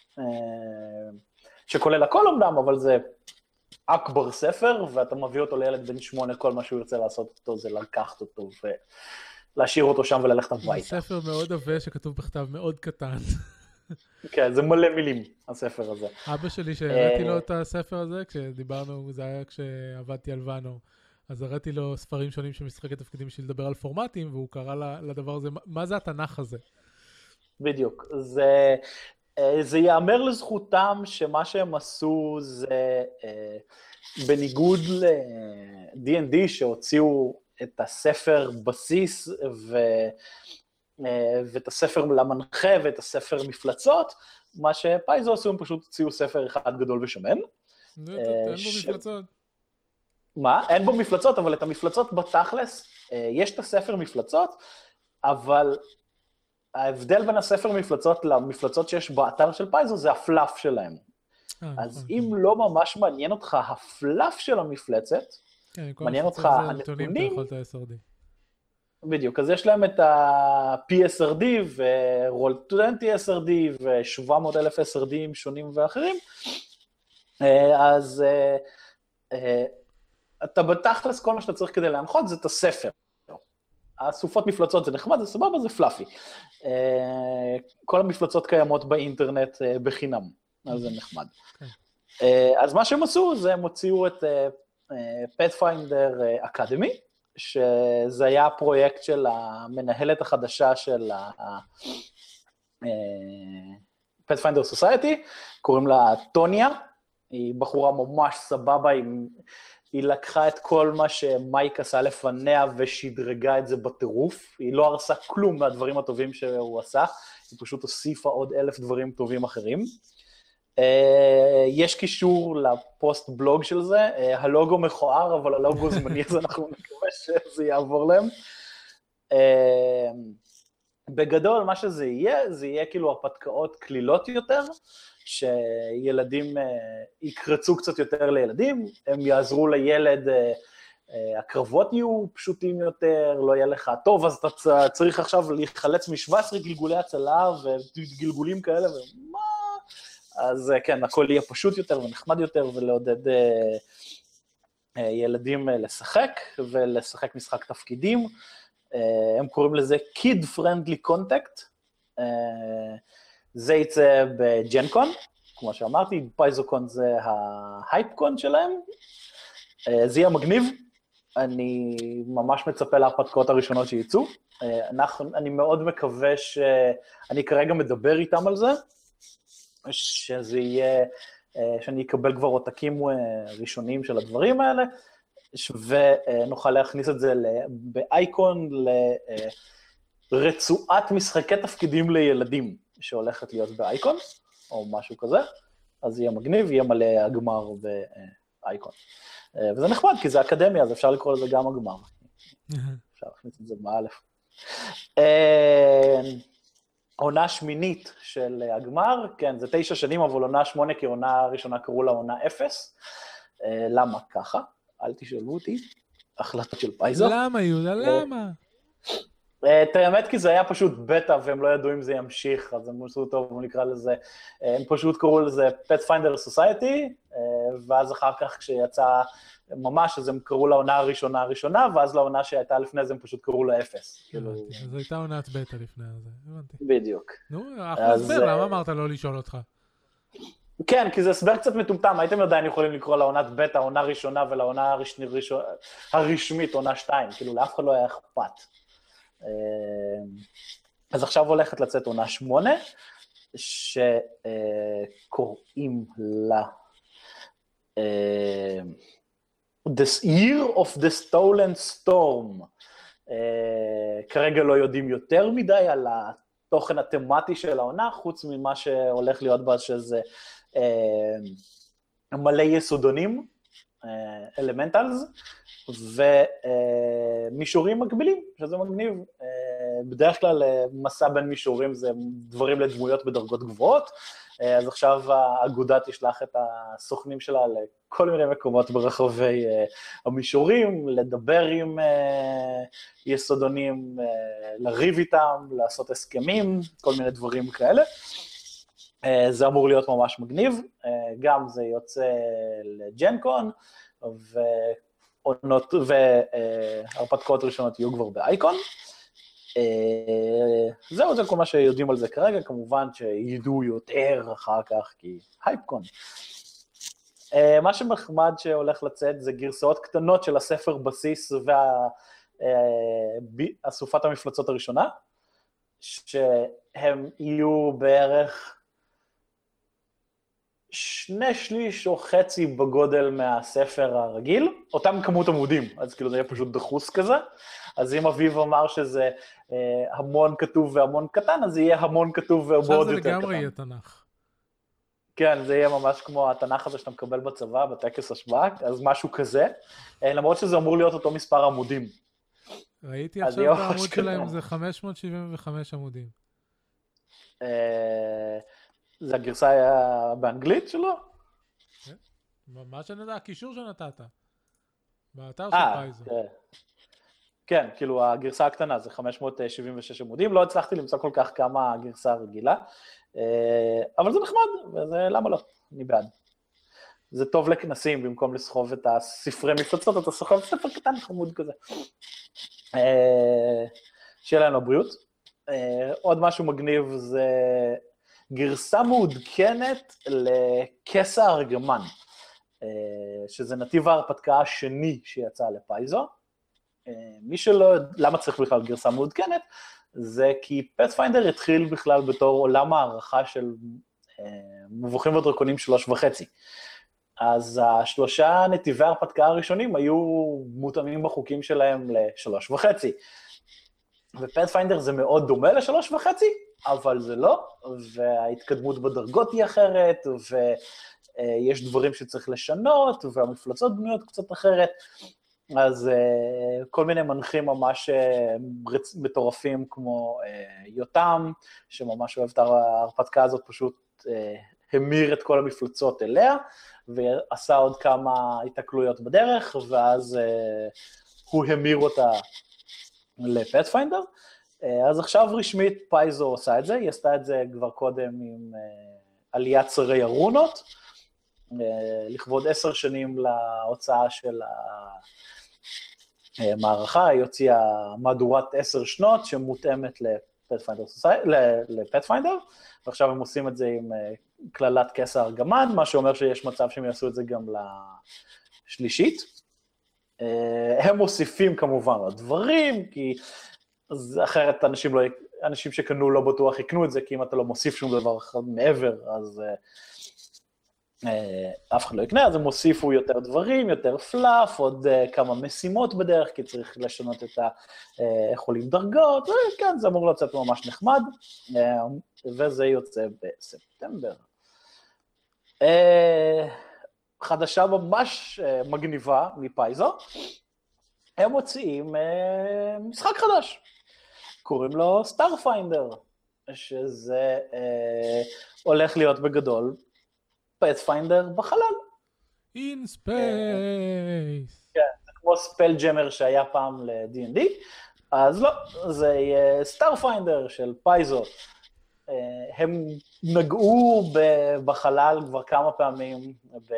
שכולל הכל אומנם, אבל זה אכבר ספר, ואתה מביא אותו לילד בן שמונה, כל מה שהוא ירצה לעשות אותו זה לקחת אותו ולהשאיר אותו שם וללכת הביתה. זה ספר מאוד עבה שכתוב בכתב מאוד קטן. כן, זה מלא מילים, הספר הזה. אבא שלי שהראיתי לו את הספר הזה, כשדיברנו, זה היה כשעבדתי על ואנו, אז הראיתי לו ספרים שונים של משחקי תפקידים בשביל לדבר על פורמטים, והוא קרא לדבר הזה, מה זה התנ"ך הזה? בדיוק, זה, זה יאמר לזכותם שמה שהם עשו זה, בניגוד ל-די אנד די שהוציאו את הספר בסיס ו... ואת הספר למנחה ואת הספר מפלצות, מה שפייזו עשו, הם פשוט הוציאו ספר אחד גדול ושמן. אין בו מפלצות. מה? אין בו מפלצות, אבל את המפלצות בתכלס, יש את הספר מפלצות, אבל ההבדל בין הספר מפלצות למפלצות שיש באתר של פייזו, זה הפלאף שלהם. אז אם לא ממש מעניין אותך הפלאף של המפלצת, מעניין אותך הנתונים, בדיוק, אז יש להם את ה-פי אס אר די ו-Roll עשרים אס אר די ו-שבע מאות אלף אס אר די'ים שונים ואחרים, אז אתה בתכלס כל מה שאתה צריך כדי להנחות זה את הספר. הסופות מפלצות זה נחמד, זה סבבה, זה פלאפי. כל המפלצות קיימות באינטרנט בחינם, אז זה נחמד. אז מה שהם עשו זה הם הוציאו את Pathfinder Academy, שזה היה הפרויקט של המנהלת החדשה של Pathfinder Society, קוראים לה טוניה, היא בחורה ממש סבבה, היא לקחה את כל מה שמייק עשה לפניה ושדרגה את זה בטירוף, היא לא הרסה כלום מהדברים הטובים שהוא עשה, היא פשוט הוסיפה עוד אלף דברים טובים אחרים. יש קישור לפוסט בלוג של זה, הלוגו מכוער, אבל הלוגו זמני, אז אנחנו נקווה שזה יעבור להם. בגדול, מה שזה יהיה, זה יהיה כאילו הפתקאות כלילות יותר, שילדים יקרצו קצת יותר לילדים, הם יעזרו לילד, הקרבות יהיו פשוטים יותר, לא יהיה לך טוב, אז אתה צריך עכשיו להיחלץ מ-שבע עשרה גלגולי הצלה, וגלגולים כאלה, ומה? אז כן, הכל יהיה פשוט יותר ונחמד יותר, ולעודד ילדים לשחק, ולשחק משחק תפקידים. הם קוראים לזה Kid Friendly Contact, זה יצא בג'נקון, כמו שאמרתי, פייזוקון זה ההייפקון שלהם, זה יהיה מגניב, אני ממש מצפה להרפתקאות הראשונות שייצאו, אני מאוד מקווה שאני כרגע מדבר איתם על זה, שזה יהיה, שאני אקבל כבר עותקים ראשונים של הדברים האלה, ונוכל להכניס את זה באייקון לרצועת משחקי תפקידים לילדים, שהולכת להיות באייקון, או משהו כזה, אז יהיה מגניב, יהיה מלא הגמר באייקון. וזה נחמד, כי זה אקדמיה, אז אפשר לקרוא לזה גם הגמר. אפשר להכניס את זה באלף. עונה שמינית של הגמר, כן, זה תשע שנים, אבל עונה שמונה, כי עונה ראשונה קראו לה עונה אפס. למה ככה? אל תשאלו אותי, החלטות של פייזו. למה, יהודה, למה? את האמת, כי זה היה פשוט בטא, והם לא ידעו אם זה ימשיך, אז הם עשו טוב, בואו נקרא לזה, הם פשוט קראו לזה Pathfinder Society, ואז אחר כך כשיצא ממש, אז הם קראו לעונה הראשונה הראשונה, ואז לעונה שהייתה לפני זה הם פשוט קראו לה אפס. אז הייתה עונת בטא לפני זה, הבנתי. בדיוק. נו, אחלה הסבר, למה אמרת לא לשאול אותך? כן, כי זה הסבר קצת מטומטם, הייתם עדיין יכולים לקרוא לעונת בטא, עונה ראשונה, ולעונה הרשמית, עונה שתיים, כאילו לאף אחד לא היה אכפת. אז עכשיו הולכת לצאת עונה שמונה, שקוראים לה The Year of the Stolen Storm. Uh, כרגע לא יודעים יותר מדי על התוכן התמטי של העונה, חוץ ממה שהולך להיות בה, שזה uh, מלא יסודונים, אלמנטלס, uh, ומישורים uh, מקבילים, שזה מגניב. Uh, בדרך כלל uh, מסע בין מישורים זה דברים לדמויות בדרגות גבוהות, אז עכשיו האגודה תשלח את הסוכנים שלה לכל מיני מקומות ברחבי המישורים, לדבר עם יסודונים, לריב איתם, לעשות הסכמים, כל מיני דברים כאלה. זה אמור להיות ממש מגניב, גם זה יוצא לג'נקון, והרפתקאות ראשונות יהיו כבר באייקון. זהו, זה כל מה שיודעים על זה כרגע, כמובן שידעו יותר אחר כך, כי הייפקון. מה שמחמד שהולך לצאת זה גרסאות קטנות של הספר בסיס ואסופת המפלצות הראשונה, שהם יהיו בערך שני שליש או חצי בגודל מהספר הרגיל, אותם כמות עמודים, אז כאילו זה יהיה פשוט דחוס כזה, אז אם אביב אמר שזה אה, המון כתוב והמון קטן, אז זה יהיה המון כתוב ועוד יותר קטן. עכשיו זה לגמרי יהיה תנ"ך. כן, זה יהיה ממש כמו התנ"ך הזה שאתה מקבל בצבא, בטקס השב"כ, אז משהו כזה, אה, למרות שזה אמור להיות אותו מספר עמודים. ראיתי עכשיו את העמוד שלהם, זה חמש מאות שבעים וחמש עמודים. אה... זה הגרסה היה באנגלית שלו? מה שנדע, הקישור שנתת. באתר של פייזו. כן, כאילו הגרסה הקטנה זה חמש מאות שבעים ושש עמודים, לא הצלחתי למצוא כל כך כמה הגרסה הרגילה, אבל זה נחמד, וזה למה לא, אני בעד. זה טוב לכנסים, במקום לסחוב את הספרי מפלצות, אתה סוחב ספר קטן חמוד כזה. שיהיה לנו בריאות. עוד משהו מגניב זה גרסה מעודכנת לכס הארגמן, שזה נתיב ההרפתקה השני שיצא לפייזו. מי שלא, למה צריך בכלל גרסה מעודכנת? זה כי פאת'פיינדר התחיל בכלל בתור עולם הערכה של מבוכים ודרקונים שלוש וחצי. אז השלושה נתיבי ההרפתקה הראשונים היו מותאמים בחוקים שלהם לשלוש וחצי. ופאת'פיינדר זה מאוד דומה לשלוש וחצי, אבל זה לא, וההתקדמות בדרגות היא אחרת, ויש דברים שצריך לשנות, והמפלצות בנויות קצת אחרת, אז כל מיני מנחים ממש מטורפים כמו יותם, שממש אוהב את ההרפתקה הזאת, פשוט המיר את כל המפלצות אליה, ועשה עוד כמה התקלויות בדרך, ואז הוא המיר אותה לפאת'פיינדר. אז עכשיו רשמית פייזו עושה את זה, היא עשתה את זה כבר קודם עם עליית שרי ארונות, לכבוד עשר שנים להוצאה של המערכה, היא הוציאה מהדורת עשר שנות שמותאמת לפאת'פיינדר, ועכשיו הם עושים את זה עם כללת כס הארגמן, מה שאומר שיש מצב שהם יעשו את זה גם לשלישית. הם מוסיפים כמובן לדברים, כי אז אחרת אנשים, לא, אנשים שקנו לא בטוח יקנו את זה, כי אם אתה לא מוסיף שום דבר אחד מעבר, אז אה, אף אחד לא יקנה, אז הם מוסיפו יותר דברים, יותר פלאף, עוד אה, כמה משימות בדרך, כי צריך לשנות את היכולים דרגות, וכן, זה אמור לצאת ממש נחמד, אה, וזה יוצא בספטמבר. אה, חדשה ממש אה, מגניבה מפייזו, הם מוציאים אה, משחק חדש, קוראים לו סטארפיינדר, שזה אה, הולך להיות בגדול פאת'פיינדר בחלל. In space. כן, זה כמו ספל ג'מר שהיה פעם ל-די אנד די, אז לא, זה יהיה סטארפיינדר של פייזו. הם נגעו בחלל כבר כמה פעמים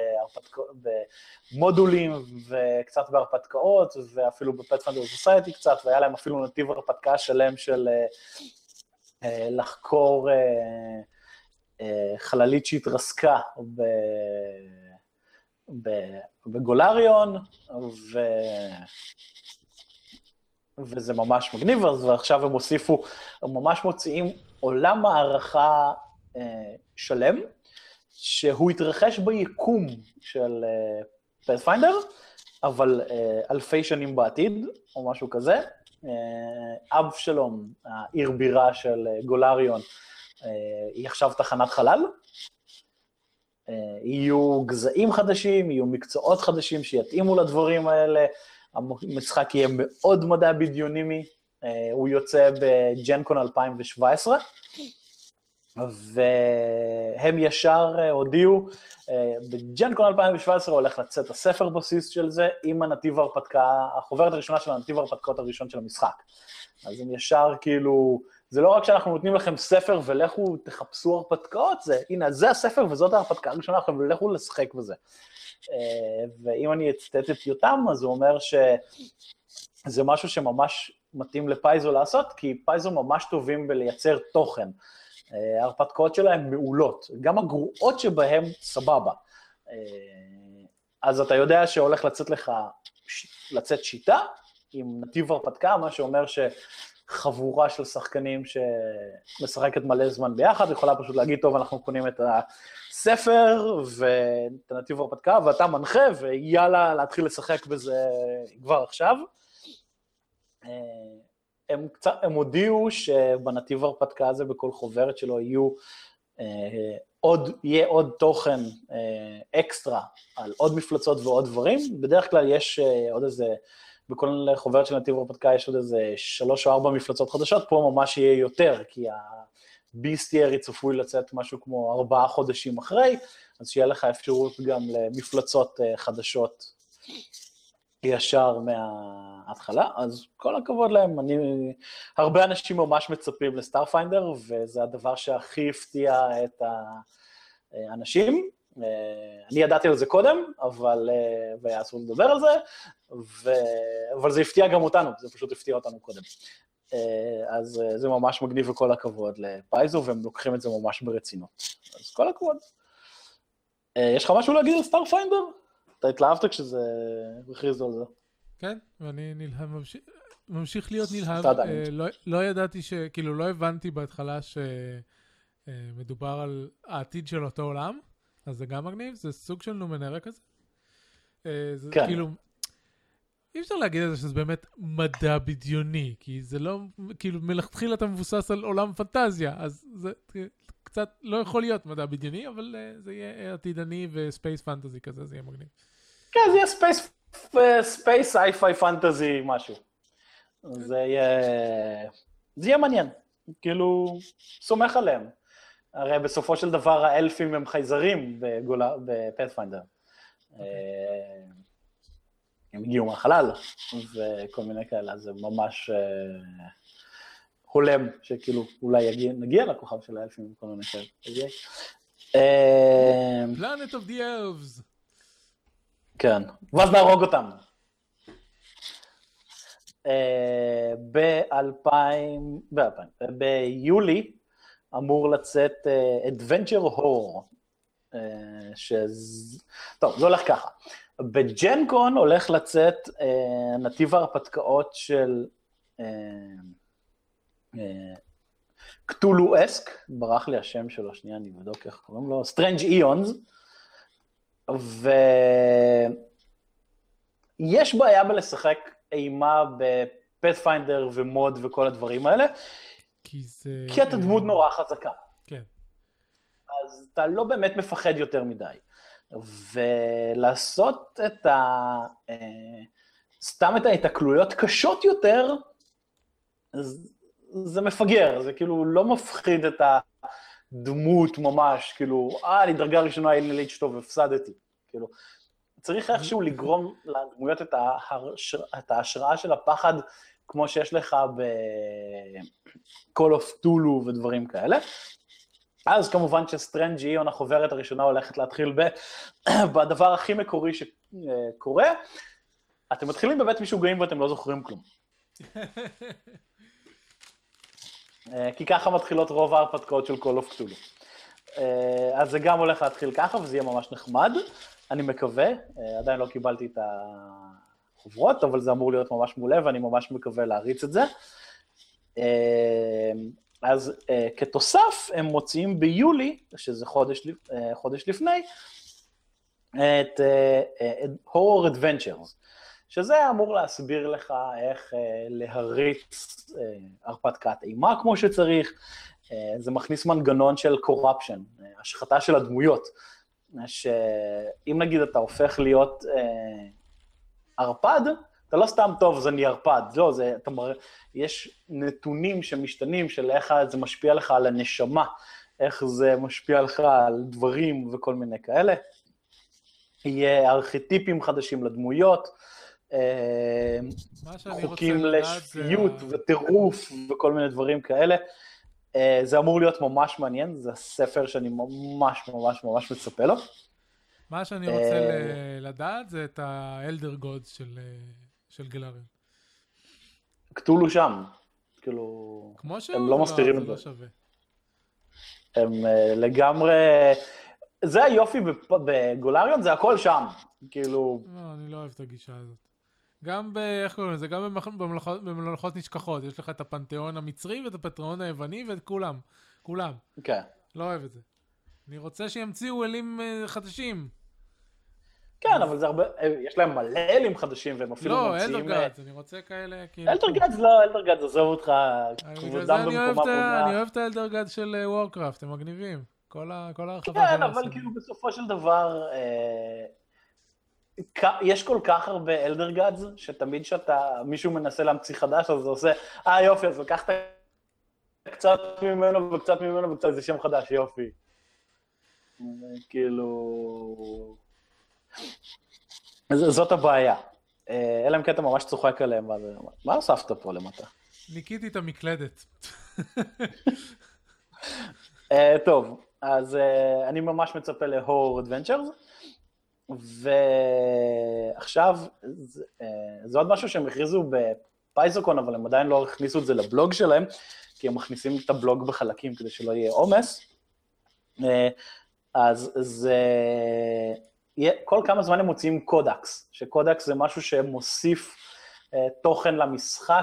במודולים וקצת בהרפתקאות, ואפילו בפאת'פיינדר סוסייטי קצת, והיה להם אפילו נתיב הרפתקה שלם של לחקור חללית שהתרסקה בגולריון, ו... וזה ממש מגניב, ועכשיו הם הוסיפו, הם ממש מוציאים עולם הערכה אה, שלם, שהוא התרחש ביקום של פאת'פיינדר, אבל אלפי שנים בעתיד, או משהו כזה. אבשלום, העיר בירה של גולריון, היא עכשיו תחנת חלל. יהיו גזעים חדשים, יהיו מקצועות חדשים שיתאימו לדברים האלה, המשחק יהיה מאוד מדע בדיונימי, הוא יוצא בג'נקון אלפיים שבע עשרה, והם ישר הודיעו, בג'נקון אלפיים שבע עשרה הולך לצאת הספר בסיס של זה, עם הנתיב ההרפתקה, החוברת הראשונה של הנתיב ההרפתקאות הראשון של המשחק. אז הם ישר כאילו, זה לא רק שאנחנו נותנים לכם ספר ולכו תחפשו הרפתקאות, זה, הנה, זה הספר וזאת ההרפתקה הראשונה לכם ולכו לשחק בזה. ואם אני אצטט את יותם, אז הוא אומר שזה משהו שממש מתאים לפייזו לעשות, כי פייזו ממש טובים בלייצר תוכן. ההרפתקאות שלהם מעולות, גם הגרועות שבהם סבבה. אז אתה יודע שהולך לצאת לך, לצאת שיטה עם נתיב הרפתקה, מה שאומר שחבורה של שחקנים שמשחקת מלא זמן ביחד, יכולה פשוט להגיד, טוב, אנחנו קונים את הספר ואת הנתיב הרפתקה, ואתה מנחה, ויאללה, להתחיל לשחק בזה כבר עכשיו. הם, קצת, הם הודיעו שבנתיב הרפתקה הזה, בכל חוברת שלו, יהיו, אה, עוד, יהיה עוד תוכן אה, אקסטרה, על עוד מפלצות ועוד דברים. בדרך כלל יש אה, עוד איזה, בכל חוברת של נתיב הרפתקה יש עוד איזה שלוש או ארבע מפלצות חדשות, פה ממש יהיה יותר, כי הביסטיירי צפוי לצאת משהו כמו ארבעה חודשים אחרי, אז שיהיה לך אפשרות גם למפלצות אה, חדשות ישר מההתחלה, אז כל הכבוד להם, אני, הרבה אנשים ממש מצפים לסטארפיינדר, וזה הדבר שהכי הפתיע את האנשים, אני ידעתי על זה קודם, אבל, והיה אסור לדבר על זה, ו, אבל זה הפתיע גם אותנו, זה פשוט הפתיע אותנו קודם. אז זה ממש מגניב וכל הכבוד לפייזו, והם לוקחים את זה ממש ברצינות, אז כל הכבוד. יש לך משהו להגיד על סטארפיינדר? אתה התלהבת כשזה הכריזו על זה. כן, ואני נלהב, ממשיך, ממשיך להיות נלהב. אה, לא, לא ידעתי ש... כאילו, לא הבנתי בהתחלה שמדובר על העתיד של אותו עולם, אז זה גם מגניב, זה סוג של נומנרה כזה. זה כן. כאילו, אי אפשר להגיד את זה שזה באמת מדע בדיוני, כי זה לא, כאילו, מלכתחילה אתה מבוסס על עולם פנטזיה, אז זה קצת לא יכול להיות מדע בדיוני, אבל זה יהיה עתידני וספייס פנטזי כזה, זה יהיה מגניב. כן, זה יהיה ספייס, ספייס, סי-פיי, פנטזי, משהו. זה יהיה, זה יהיה מעניין. כאילו, סומך עליהם. הרי בסופו של דבר האלפים הם חייזרים בפאת'פיינדר. הם הגיעו מהחלל, וכל מיני כאלה, זה ממש הולם, שכאילו אולי נגיע לכוכב של האלפים וכל מיני כאלה. Planet of the Elves. כן, ואז נהרוג אותם. ב-אלפיים, ביולי אמור לצאת Adventure Horror, שזה, טוב, זה הולך ככה. בג'נקון הולך לצאת נתיב ההרפתקאות של קטולו-אסק, ברח לי השם שלו, שנייה, אני אבדוק איך קוראים לו, Strange Eons, ויש בעיה בלשחק אימה בפאת'פיינדר ומוד וכל הדברים האלה, כי זה... כי אתה דמות נורא חזקה. כן. אז אתה לא באמת מפחד יותר מדי. ולעשות את ה... סתם את ההתקלויות קשות יותר, זה מפגר, זה כאילו לא מפחיד את הדמות ממש, כאילו, אה, אני דרגה ראשונה אילנילית שטוב, הפסדתי. כאילו, צריך איכשהו לגרום לדמויות את, ההשר... את ההשראה של הפחד, כמו שיש לך ב-Call of Cthulhu ודברים כאלה. אז כמובן שסטרנג' איון, החוברת הראשונה, הולכת להתחיל ב... בדבר הכי מקורי שקורה. אתם מתחילים בבית משוגעים ואתם לא זוכרים כלום. כי ככה מתחילות רוב ההרפתקאות של Call of Cthulhu. אז זה גם הולך להתחיל ככה, וזה יהיה ממש נחמד, אני מקווה. עדיין לא קיבלתי את החוברות, אבל זה אמור להיות ממש מעולה, ואני ממש מקווה להריץ את זה. אז uh, כתוסף, הם מוציאים ביולי, שזה חודש, uh, חודש לפני, את uh, uh, Horror Adventures. שזה אמור להסביר לך איך אה, להריץ אה, הרפתקת אימה כמו שצריך, אה, זה מכניס מנגנון של קורפשן, אה, השחתה של הדמויות, שאם נגיד אתה הופך להיות אה, ערפד, אתה לא סתם טוב, זה נערפד, לא, זה, אתה מראה, יש נתונים שמשתנים של איך זה משפיע לך על הנשמה, איך זה משפיע לך על דברים וכל מיני כאלה. יהיה ארכיטיפים חדשים לדמויות, חוקים לשפיות וטירוף וכל מיני דברים כאלה. זה אמור להיות ממש מעניין, זה ספר שאני ממש ממש ממש מצפה לו. מה שאני רוצה לדעת זה את האלדר גודס של, של גלריון. כתולו שם, כאילו, הם לא מסתירים את זה. הם לגמרי, זה היופי בגולריון, זה הכל שם, כאילו... לא, אני לא אוהב את הגישה הזאת. גם ב... איך קוראים לזה? גם בממלכות, בממלכות נשכחות, יש לך את הפנתיאון המצרי ואת הפטריון היווני ואת כולם, כולם. כן. לא אוהב את זה. אני רוצה שימציאו אלים חדשים. כן, אבל זה הרבה, יש להם מלא אלים חדשים, והם אפילו לא, ממציאים... לא, אלדרגדס, אני רוצה כאלה... אלדרגדס לא, אלדרגדס, עזוב אותך, כבודם במקומה פונה. אני אוהב את האלדרגדס של וורקראפט, הם מגניבים. כל ההרחבה... כן, אבל כאילו בסופו של דבר, יש כל כך הרבה אלדרגדס, שתמיד שאתה, מישהו מנסה להמציא חדש, אז זה עושה, אה יופי, אז לקחת קצת ממנו וקצת ממנו וקצת, זה שם חדש, יופי. כאילו... זאת הבעיה. אלא אם כן אתה ממש צוחק עליהם, מה הוספת פה למטה? ניקיתי את המקלדת. טוב, אז אני ממש מצפה להור אדוונצ'רס, ועכשיו, זה עוד משהו שהם הכריזו בפייזוקון, אבל הם עדיין לא הכניסו את זה לבלוג שלהם, כי הם מכניסים את הבלוג בחלקים כדי שלא יהיה עומס. אז זה... כל כמה זמן הם מוציאים קודקס, שקודקס זה משהו שמוסיף תוכן למשחק,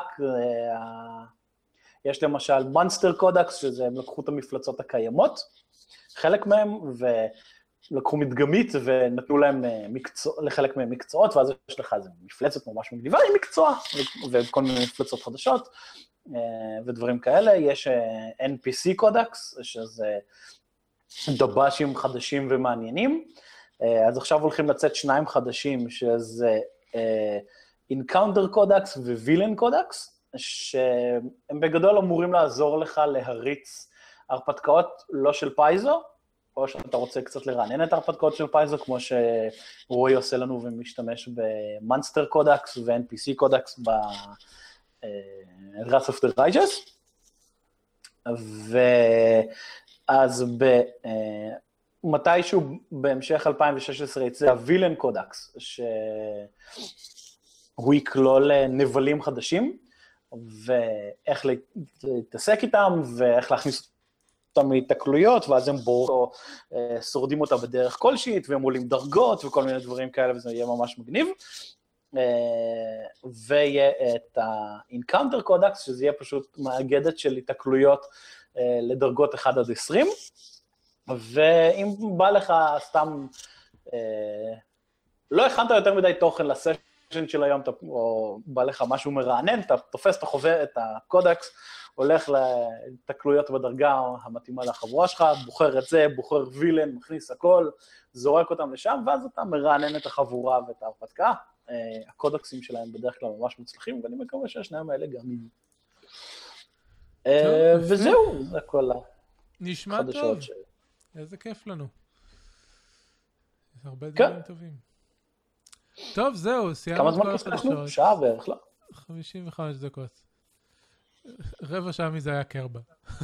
יש למשל מונסטר קודקס, שזה הם לקחו את המפלצות הקיימות, חלק מהם, ולקחו מדגמית ונתנו להם מקצוע, לחלק מהם מקצועות, ואז יש לך איזה מפלצת ממש מגניבה עם מקצוע, וכל מיני מפלצות חדשות, ודברים כאלה. יש אן פי סי קודקס, שזה דב"שים חדשים ומעניינים, אז עכשיו הולכים לצאת שניים חדשים, שזה Encounter Codex ו-Villain Codex, שהם בגדול אמורים לעזור לך להריץ הרפתקאות לא של פייזו, או שאתה רוצה קצת לרענן את הרפתקאות של פייזו, כמו שרועי עושה לנו ומשתמש ב-Monster Codex ו-אן פי סי Codex ב-Wrath of the Righteous, ואז ב... מתישהו בהמשך אלפיים ושש עשרה יצא הווילן קודקס, שהוא יכלול נבלים חדשים, ואיך להתעסק איתם, ואיך להכניס אותם מהתקלויות, ואז הם בורחו, שורדים אותה בדרך כלשהי, והם עולים דרגות, וכל מיני דברים כאלה, וזה יהיה ממש מגניב. ויהיה את ה-Encounter קודקס, שזה יהיה פשוט מאגדת של התקלויות לדרגות אחת עד עשרים, ואם בא לך סתם, אה, לא הכנת יותר מדי תוכן לסשן של היום, או בא לך משהו מרענן, אתה תופס את החוברת, את הקודקס, הולך לתקלויות בדרגה המתאימה לחבורה שלך, בוחר את זה, בוחר וילן, מכניס הכל, זורק אותם לשם, ואז אתה מרענן את החבורה ואת ההרפתקה. אה, הקודקסים שלהם בדרך כלל ממש מוצלחים, ואני מקווה שהשניים האלה גם יהיו. אה, וזהו, זה כל נשמע טוב. ש... איזה כיף לנו. הרבה כן. דברים טובים. טוב, זהו, סיימנו את כל החדשות. כמה זמן פסקנו? שעה בערך, לא? חמישים וחמש דקות. רבע שעה מזה היה קרבל.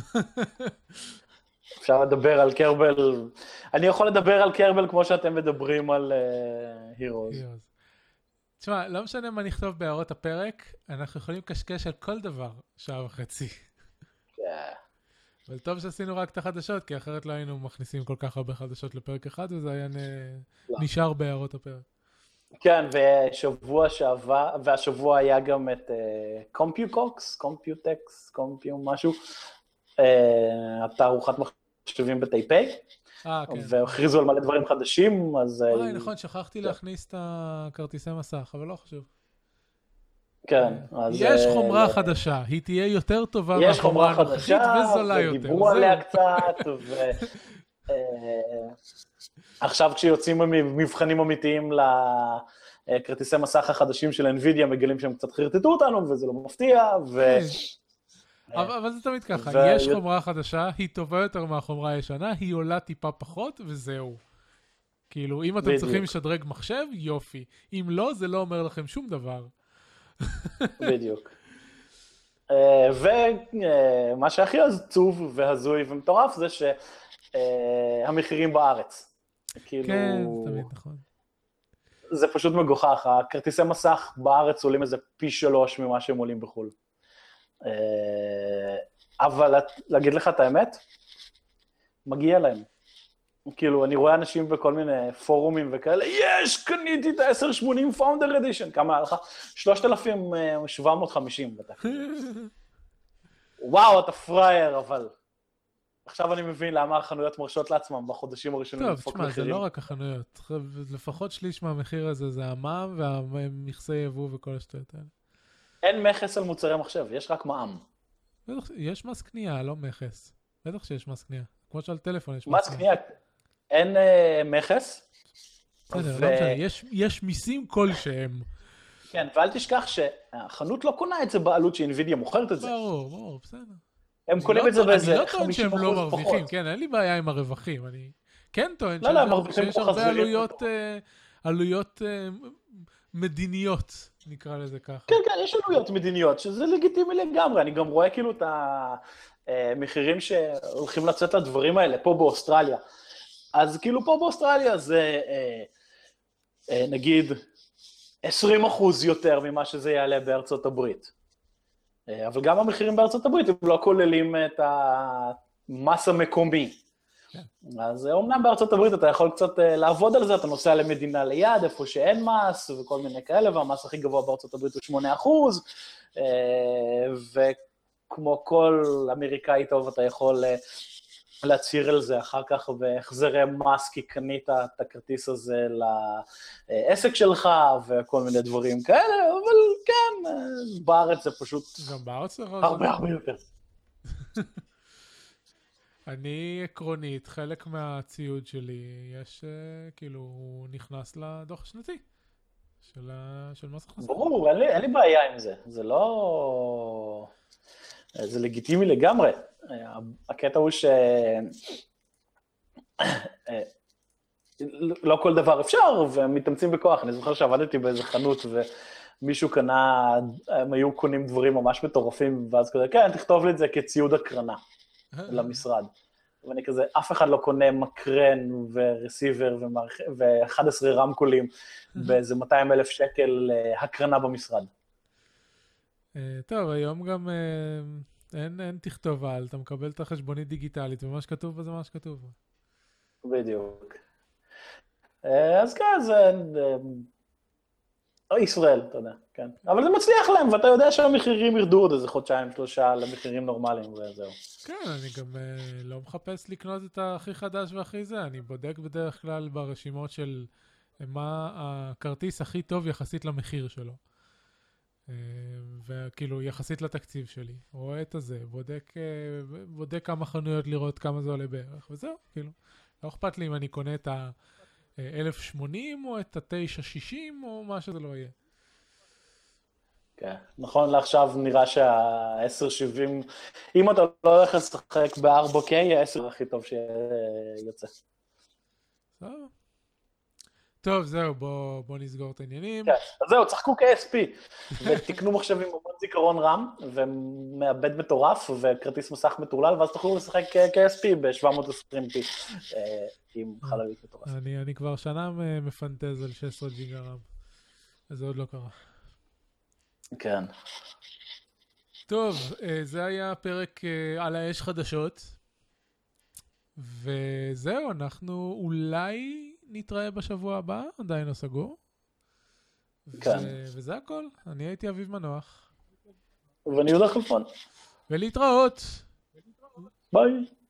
אפשר לדבר על קרבל, אני יכול לדבר על קרבל כמו שאתם מדברים על הירוז. Uh, תשמע, לא משנה מה נכתוב בהערות הפרק, אנחנו יכולים קשקש על כל דבר שעה וחצי. כן. Yeah. אבל טוב שעשינו רק את החדשות, כי אחרת לא היינו מכניסים כל כך הרבה חדשות לפרק אחד, וזה היה נשאר בהערות הפרק. כן, ושבוע שעבר, והשבוע היה גם את קומפיוקוקס, קומפיוטקס, קומפיום משהו, התערוכת מחשבים בטייפיי, והכריזו על מלא דברים חדשים, אז... אוי, נכון, שכחתי להכניס את הכרטיסי מסך, אבל לא חשוב. כן. יש חומרה חדשה, היא תהיה יותר טובה מהחומרה הנוכחית וזולה יותר. ודיברו עליה קצת, ועכשיו כשיוצאים מבחנים אמיתיים לכרטיסי מסך החדשים של NVIDIA, מגלים שהם קצת חרטטו אותנו, וזה לא מפתיע, ו... אבל זה תמיד ככה, יש חומרה חדשה, היא טובה יותר מהחומרה הישנה, היא עולה טיפה פחות, וזהו. כאילו, אם אתם צריכים לשדרג מחשב, יופי. אם לא, זה לא אומר לכם שום דבר. בדיוק. ומה שהכי עצוב והזוי ומטורף זה שהמחירים בארץ. כן, תמיד נכון. זה פשוט מגוחך. הכרטיסי מסך בארץ עולים איזה פי שלוש ממה שהם עולים בחו"ל. אבל להגיד לך את האמת, מגיע להם. כאילו, אני רואה אנשים בכל מיני פורומים וכאלה, יש, קניתי את ה-עשר שמונים Founder Edition, כמה היה לך? שלושת אלפים שבע מאות וחמישים. וואו, אתה פרייר, אבל... עכשיו אני מבין למה החנויות מרשות לעצמם בחודשים הראשונים. טוב, תשמע, זה לא רק החנויות. לפחות שליש מהמחיר הזה זה המע"מ והמכסי יבוא וכל השטויות האלה. אין מכס על מוצרי מחשב, יש רק מע"מ. יש מס קנייה, לא מכס. בטח שיש מס קנייה. כמו שעל טלפון יש מס קנייה. אין מכס. בסדר, לא משנה, יש מיסים כלשהם. כן, ואל תשכח שהחנות לא קונה את זה בעלות שאינווידיה מוכרת את זה. ברור, ברור, בסדר. הם קונים את זה באיזה חמישים אחוז פחות. אני לא טוען שהם לא מרוויחים, כן, אין לי בעיה עם הרווחים. אני כן טוען שיש הרבה עלויות מדיניות, נקרא לזה ככה. כן, כן, יש עלויות מדיניות, שזה לגיטימי לגמרי. אני גם רואה כאילו את המחירים שהולכים לצאת לדברים האלה, פה באוסטרליה. אז כאילו פה באוסטרליה זה, נגיד, עשרים אחוז יותר ממה שזה יעלה בארצות הברית. אבל גם המחירים בארצות הברית הם לא כוללים את המס המקומי. אז אומנם בארצות הברית אתה יכול קצת לעבוד על זה, אתה נוסע למדינה ליד, איפה שאין מס וכל מיני כאלה, והמס הכי גבוה בארצות הברית הוא שמונה אחוז, וכמו כל אמריקאי טוב אתה יכול להצהיר על זה אחר כך בהחזרי מס, כי קנית את הכרטיס הזה לעסק שלך וכל מיני דברים כאלה, אבל כן, בארץ זה פשוט הרבה הרבה יותר. אני עקרונית, חלק מהציוד שלי, יש, כאילו, הוא נכנס לדוח השנתי של, של מס הכנסה. ברור, אין לי, אין לי בעיה עם זה. זה לא... זה לגיטימי לגמרי. הקטע הוא ש... לא כל דבר אפשר, ומתאמצים בכוח. אני זוכר שעבדתי באיזה חנות, ומישהו קנה, הם היו קונים דברים ממש מטורפים, ואז כזה, כן, תכתוב לי את זה כציוד הקרנה. למשרד. ואני כזה, אף אחד לא קונה מקרן ורסיבר ו-אחד עשר רמקולים באיזה מאתיים אלף שקל הקרנה במשרד. טוב, היום גם אין תכתוב על, אתה מקבל את החשבונית דיגיטלית, ומה שכתוב בה זה מה שכתוב בה. בדיוק. אז כן, זה... ישראל, אתה יודע, כן. אבל זה מצליח להם, ואתה יודע שהמחירים ירדו עוד איזה חודשיים, שלושה, למחירים נורמליים, וזהו. כן, אני גם uh, לא מחפש לקנות את הכי חדש והכי זה, אני בודק בדרך כלל ברשימות של מה הכרטיס הכי טוב יחסית למחיר שלו. Uh, וכאילו, יחסית לתקציב שלי. רואה את הזה, בודק, uh, בודק כמה חנויות לראות כמה זה עולה בערך, וזהו, כאילו. לא אכפת לי אם אני קונה את ה... אלף שמונים או את ה-תשע שישים או מה שזה לא יהיה. כן, נכון לעכשיו נראה שה-עשר שבעים, אם אתה לא הולך לשחק ב-ארבע קיי, ה-עשר הכי טוב שיוצא. טוב, זהו, בוא נסגור את העניינים. כן, אז זהו, צחקו קי אס פי, ותקנו מחשבים במון זיכרון רם, ומעבד מטורף, וכרטיס מסך מטורלל, ואז תוכלו לשחק קי אס פי ב-שבע מאות ועשרים פי. עם חללית מטורף. אני, אני כבר שנה מפנטז על שש עשרה ג'יגה רם. אז זה עוד לא קרה. כן. טוב, זה היה פרק על האש חדשות. וזהו, אנחנו אולי נתראה בשבוע הבא, עדיין לא סגור. כן. ו- וזה הכל. אני הייתי אביב מנוח. ואני יהודה חלפון. ולהתראות. ביי.